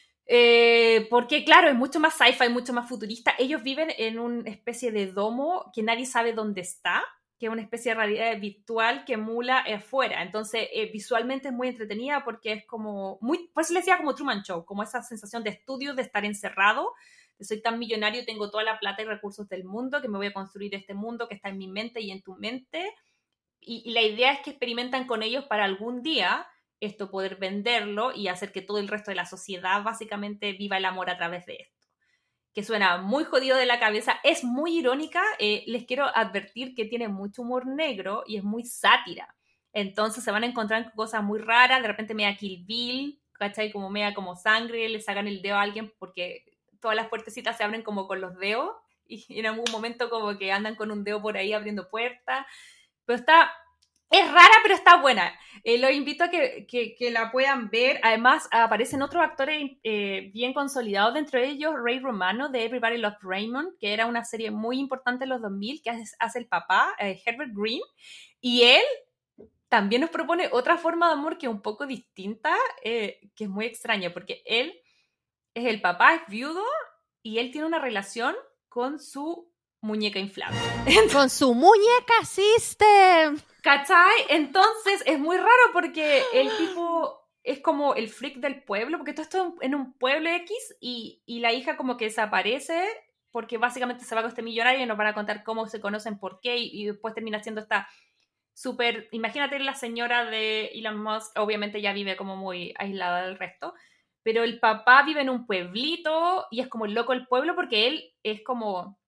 Porque claro, es mucho más sci-fi, mucho más futurista. Ellos viven en una especie de domo que nadie sabe dónde está, que es una especie de realidad virtual que emula afuera. Entonces, visualmente es muy entretenida porque es como por eso le decía como Truman Show, como esa sensación de estudio, de estar encerrado. Soy tan millonario, tengo toda la plata y recursos del mundo, que me voy a construir este mundo que está en mi mente y en tu mente. Y la idea es que experimentan con ellos para algún día esto poder venderlo y hacer que todo el resto de la sociedad básicamente viva el amor a través de esto. Que suena muy jodido de la cabeza, es muy irónica, les quiero advertir que tiene mucho humor negro y es muy sátira. Entonces se van a encontrar con cosas muy raras, de repente media Kill Bill, ¿cachai? Como media como sangre, le sacan el dedo a alguien porque todas las puertecitas se abren como con los dedos y en algún momento como que andan con un dedo por ahí abriendo puertas. Pero es rara, pero está buena. Los invito a que la puedan ver. Además, aparecen otros actores bien consolidados, dentro de ellos Ray Romano de Everybody Loves Raymond, que era una serie muy importante en los 2000, que hace el papá, Herbert Green, y él también nos propone otra forma de amor que es un poco distinta, que es muy extraña, porque él es el papá, es viudo, y él tiene una relación con su muñeca inflable. Con su muñeca System. ¿Cachai? Entonces es muy raro porque el tipo es como el freak del pueblo, porque todo esto en un pueblo X y la hija como que desaparece porque básicamente se va con este millonario y nos van a contar cómo se conocen, por qué, y después termina siendo esta súper... Imagínate la señora de Elon Musk, obviamente ya vive como muy aislada del resto, pero el papá vive en un pueblito y es como el loco del pueblo porque él es como...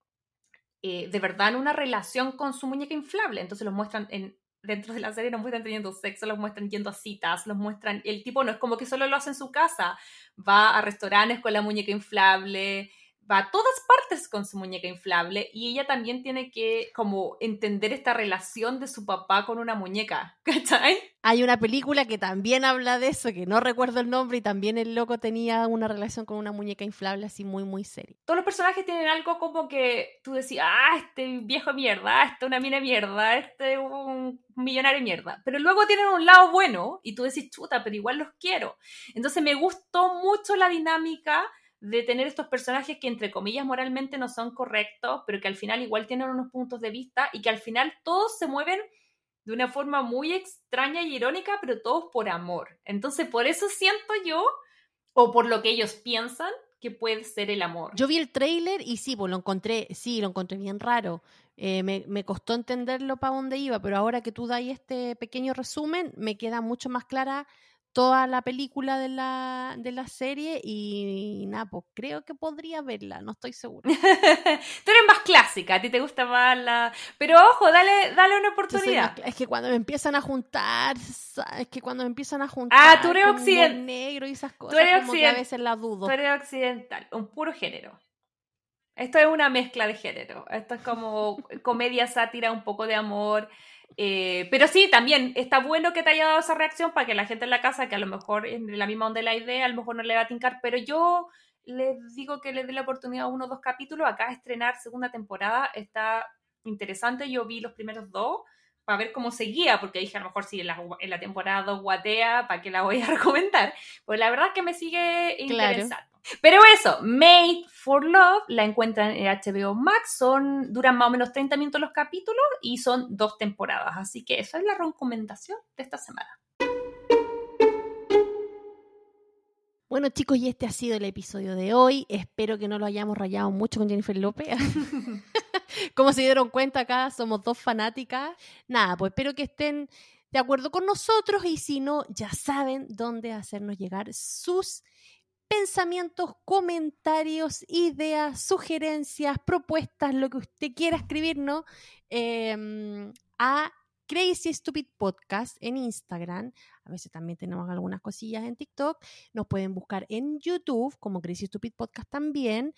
de verdad en una relación con su muñeca inflable. Entonces los muestran dentro de la serie, los muestran teniendo sexo, los muestran yendo a citas, los muestran, el tipo no es como que solo lo hace en su casa, va a restaurantes con la muñeca inflable, va a todas partes con su muñeca inflable y ella también tiene que como entender esta relación de su papá con una muñeca, ¿cachai? Hay una película que también habla de eso, que no recuerdo el nombre, y también el loco tenía una relación con una muñeca inflable así muy, muy seria. Todos los personajes tienen algo como que tú decías, este viejo mierda, este una mina mierda, este un millonario mierda. Pero luego tienen un lado bueno y tú decís, chuta, pero igual los quiero. Entonces me gustó mucho la dinámica de tener estos personajes que entre comillas moralmente no son correctos, pero que al final igual tienen unos puntos de vista y que al final todos se mueven de una forma muy extraña y irónica, pero todos por amor. Entonces, por eso siento yo, o por lo que ellos piensan, que puede ser el amor. Yo vi el tráiler y sí, pues lo encontré bien raro. Me costó entenderlo para dónde iba, pero ahora que tú das este pequeño resumen, me queda mucho más clara toda la película de la serie y nada, pues creo que podría verla, no estoy segura. Tú eres más clásica, a ti te gusta más la... Pero ojo, dale una oportunidad. Es que cuando me empiezan a juntar, tú eres occidental, negro y esas cosas, como que a veces la dudo. Tú eres occidental, un puro género. Esto es una mezcla de género. Esto es como comedia, sátira, un poco de amor... pero sí, también está bueno que te haya dado esa reacción para que la gente en la casa, que a lo mejor es de la misma onda de la idea, a lo mejor no le va a tincar, pero yo les digo que les dé la oportunidad a 1 o 2 capítulos. Acá de estrenar segunda temporada, está interesante. Yo vi los primeros 2 para ver cómo seguía, porque dije a lo mejor si en la temporada 2 guatea, ¿para qué la voy a recomendar? Pues la verdad es que me sigue interesando. Claro. Pero eso, Made for Love, la encuentran en HBO Max, duran más o menos 30 minutos los capítulos y son 2 temporadas, así que esa es la recomendación de esta semana. Bueno, chicos, y este ha sido el episodio de hoy. Espero que no lo hayamos rayado mucho con Jennifer López. Como se dieron cuenta, acá somos 2 fanáticas. Nada, pues espero que estén de acuerdo con nosotros y si no, ya saben dónde hacernos llegar sus pensamientos, comentarios, ideas, sugerencias, propuestas, lo que usted quiera escribirnos a Crazy Stupid Podcast en Instagram. A veces también tenemos algunas cosillas en TikTok. Nos pueden buscar en YouTube como Crazy Stupid Podcast también.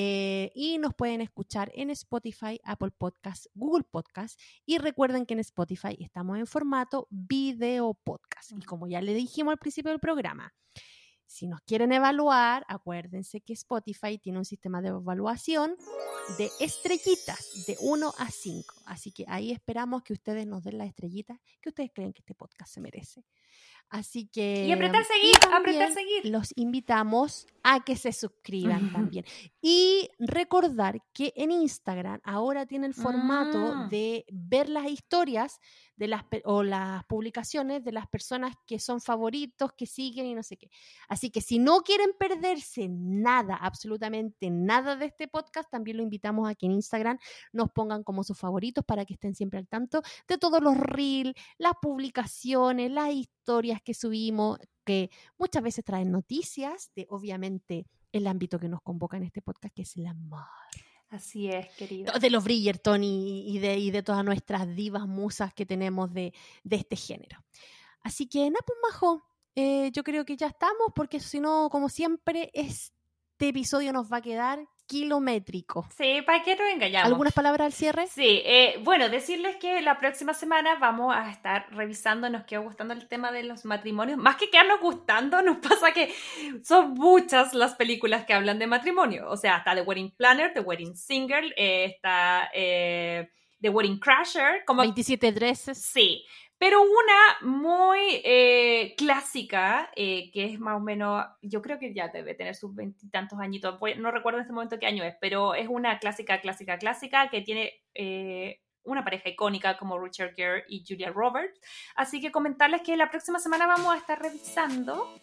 Y nos pueden escuchar en Spotify, Apple Podcasts, Google Podcasts. Y recuerden que en Spotify estamos en formato video podcast. Y como ya le dijimos al principio del programa, si nos quieren evaluar, acuérdense que Spotify tiene un sistema de evaluación de estrellitas de 1 a 5. Así que ahí esperamos que ustedes nos den las estrellitas que ustedes creen que este podcast se merece. Así que... Y apretar seguir. Los invitamos a que se suscriban también. Y recordar que en Instagram ahora tiene el formato de ver las historias de las publicaciones de las personas que son favoritos, que siguen y no sé qué. Así que si no quieren perderse nada, absolutamente nada de este podcast, también lo invitamos a que en Instagram nos pongan como sus favoritos para que estén siempre al tanto de todos los reels, las publicaciones, las historias que subimos, que muchas veces traen noticias de, obviamente, el ámbito que nos convoca en este podcast, que es el amor. Así es, querida. De los Bridgerton y de todas nuestras divas musas que tenemos de este género. Así que, nada, pues, Majo, yo creo que ya estamos, porque si no, como siempre, este episodio nos va a quedar kilométrico. Sí, ¿para qué nos engañamos? ¿Algunas palabras al cierre? Sí, bueno, decirles que la próxima semana vamos a estar revisando, nos quedó gustando el tema de los matrimonios, más que quedarnos gustando, nos pasa que son muchas las películas que hablan de matrimonio, o sea, está The Wedding Planner, The Wedding Singer, está The Wedding Crasher, como 27 Dresses. Sí, pero una muy clásica, que es más o menos, yo creo que ya debe tener sus 20 y tantos añitos, no recuerdo en este momento qué año es, pero es una clásica que tiene una pareja icónica como Richard Gere y Julia Roberts. Así que comentarles que la próxima semana vamos a estar revisando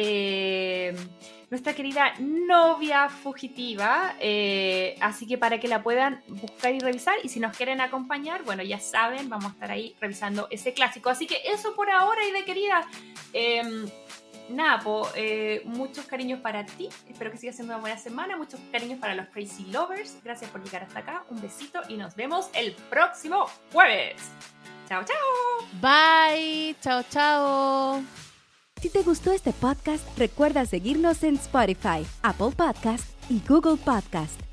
nuestra querida Novia Fugitiva, así que para que la puedan buscar y revisar, y si nos quieren acompañar, bueno, ya saben, vamos a estar ahí revisando ese clásico. Así que eso por ahora, y de querida, nada, muchos cariños para ti, espero que sigas siendo una buena semana, muchos cariños para los Crazy Lovers, gracias por llegar hasta acá, un besito y nos vemos el próximo jueves. Chao, chao. Bye, chao, chao. Si te gustó este podcast, recuerda seguirnos en Spotify, Apple Podcast y Google Podcast.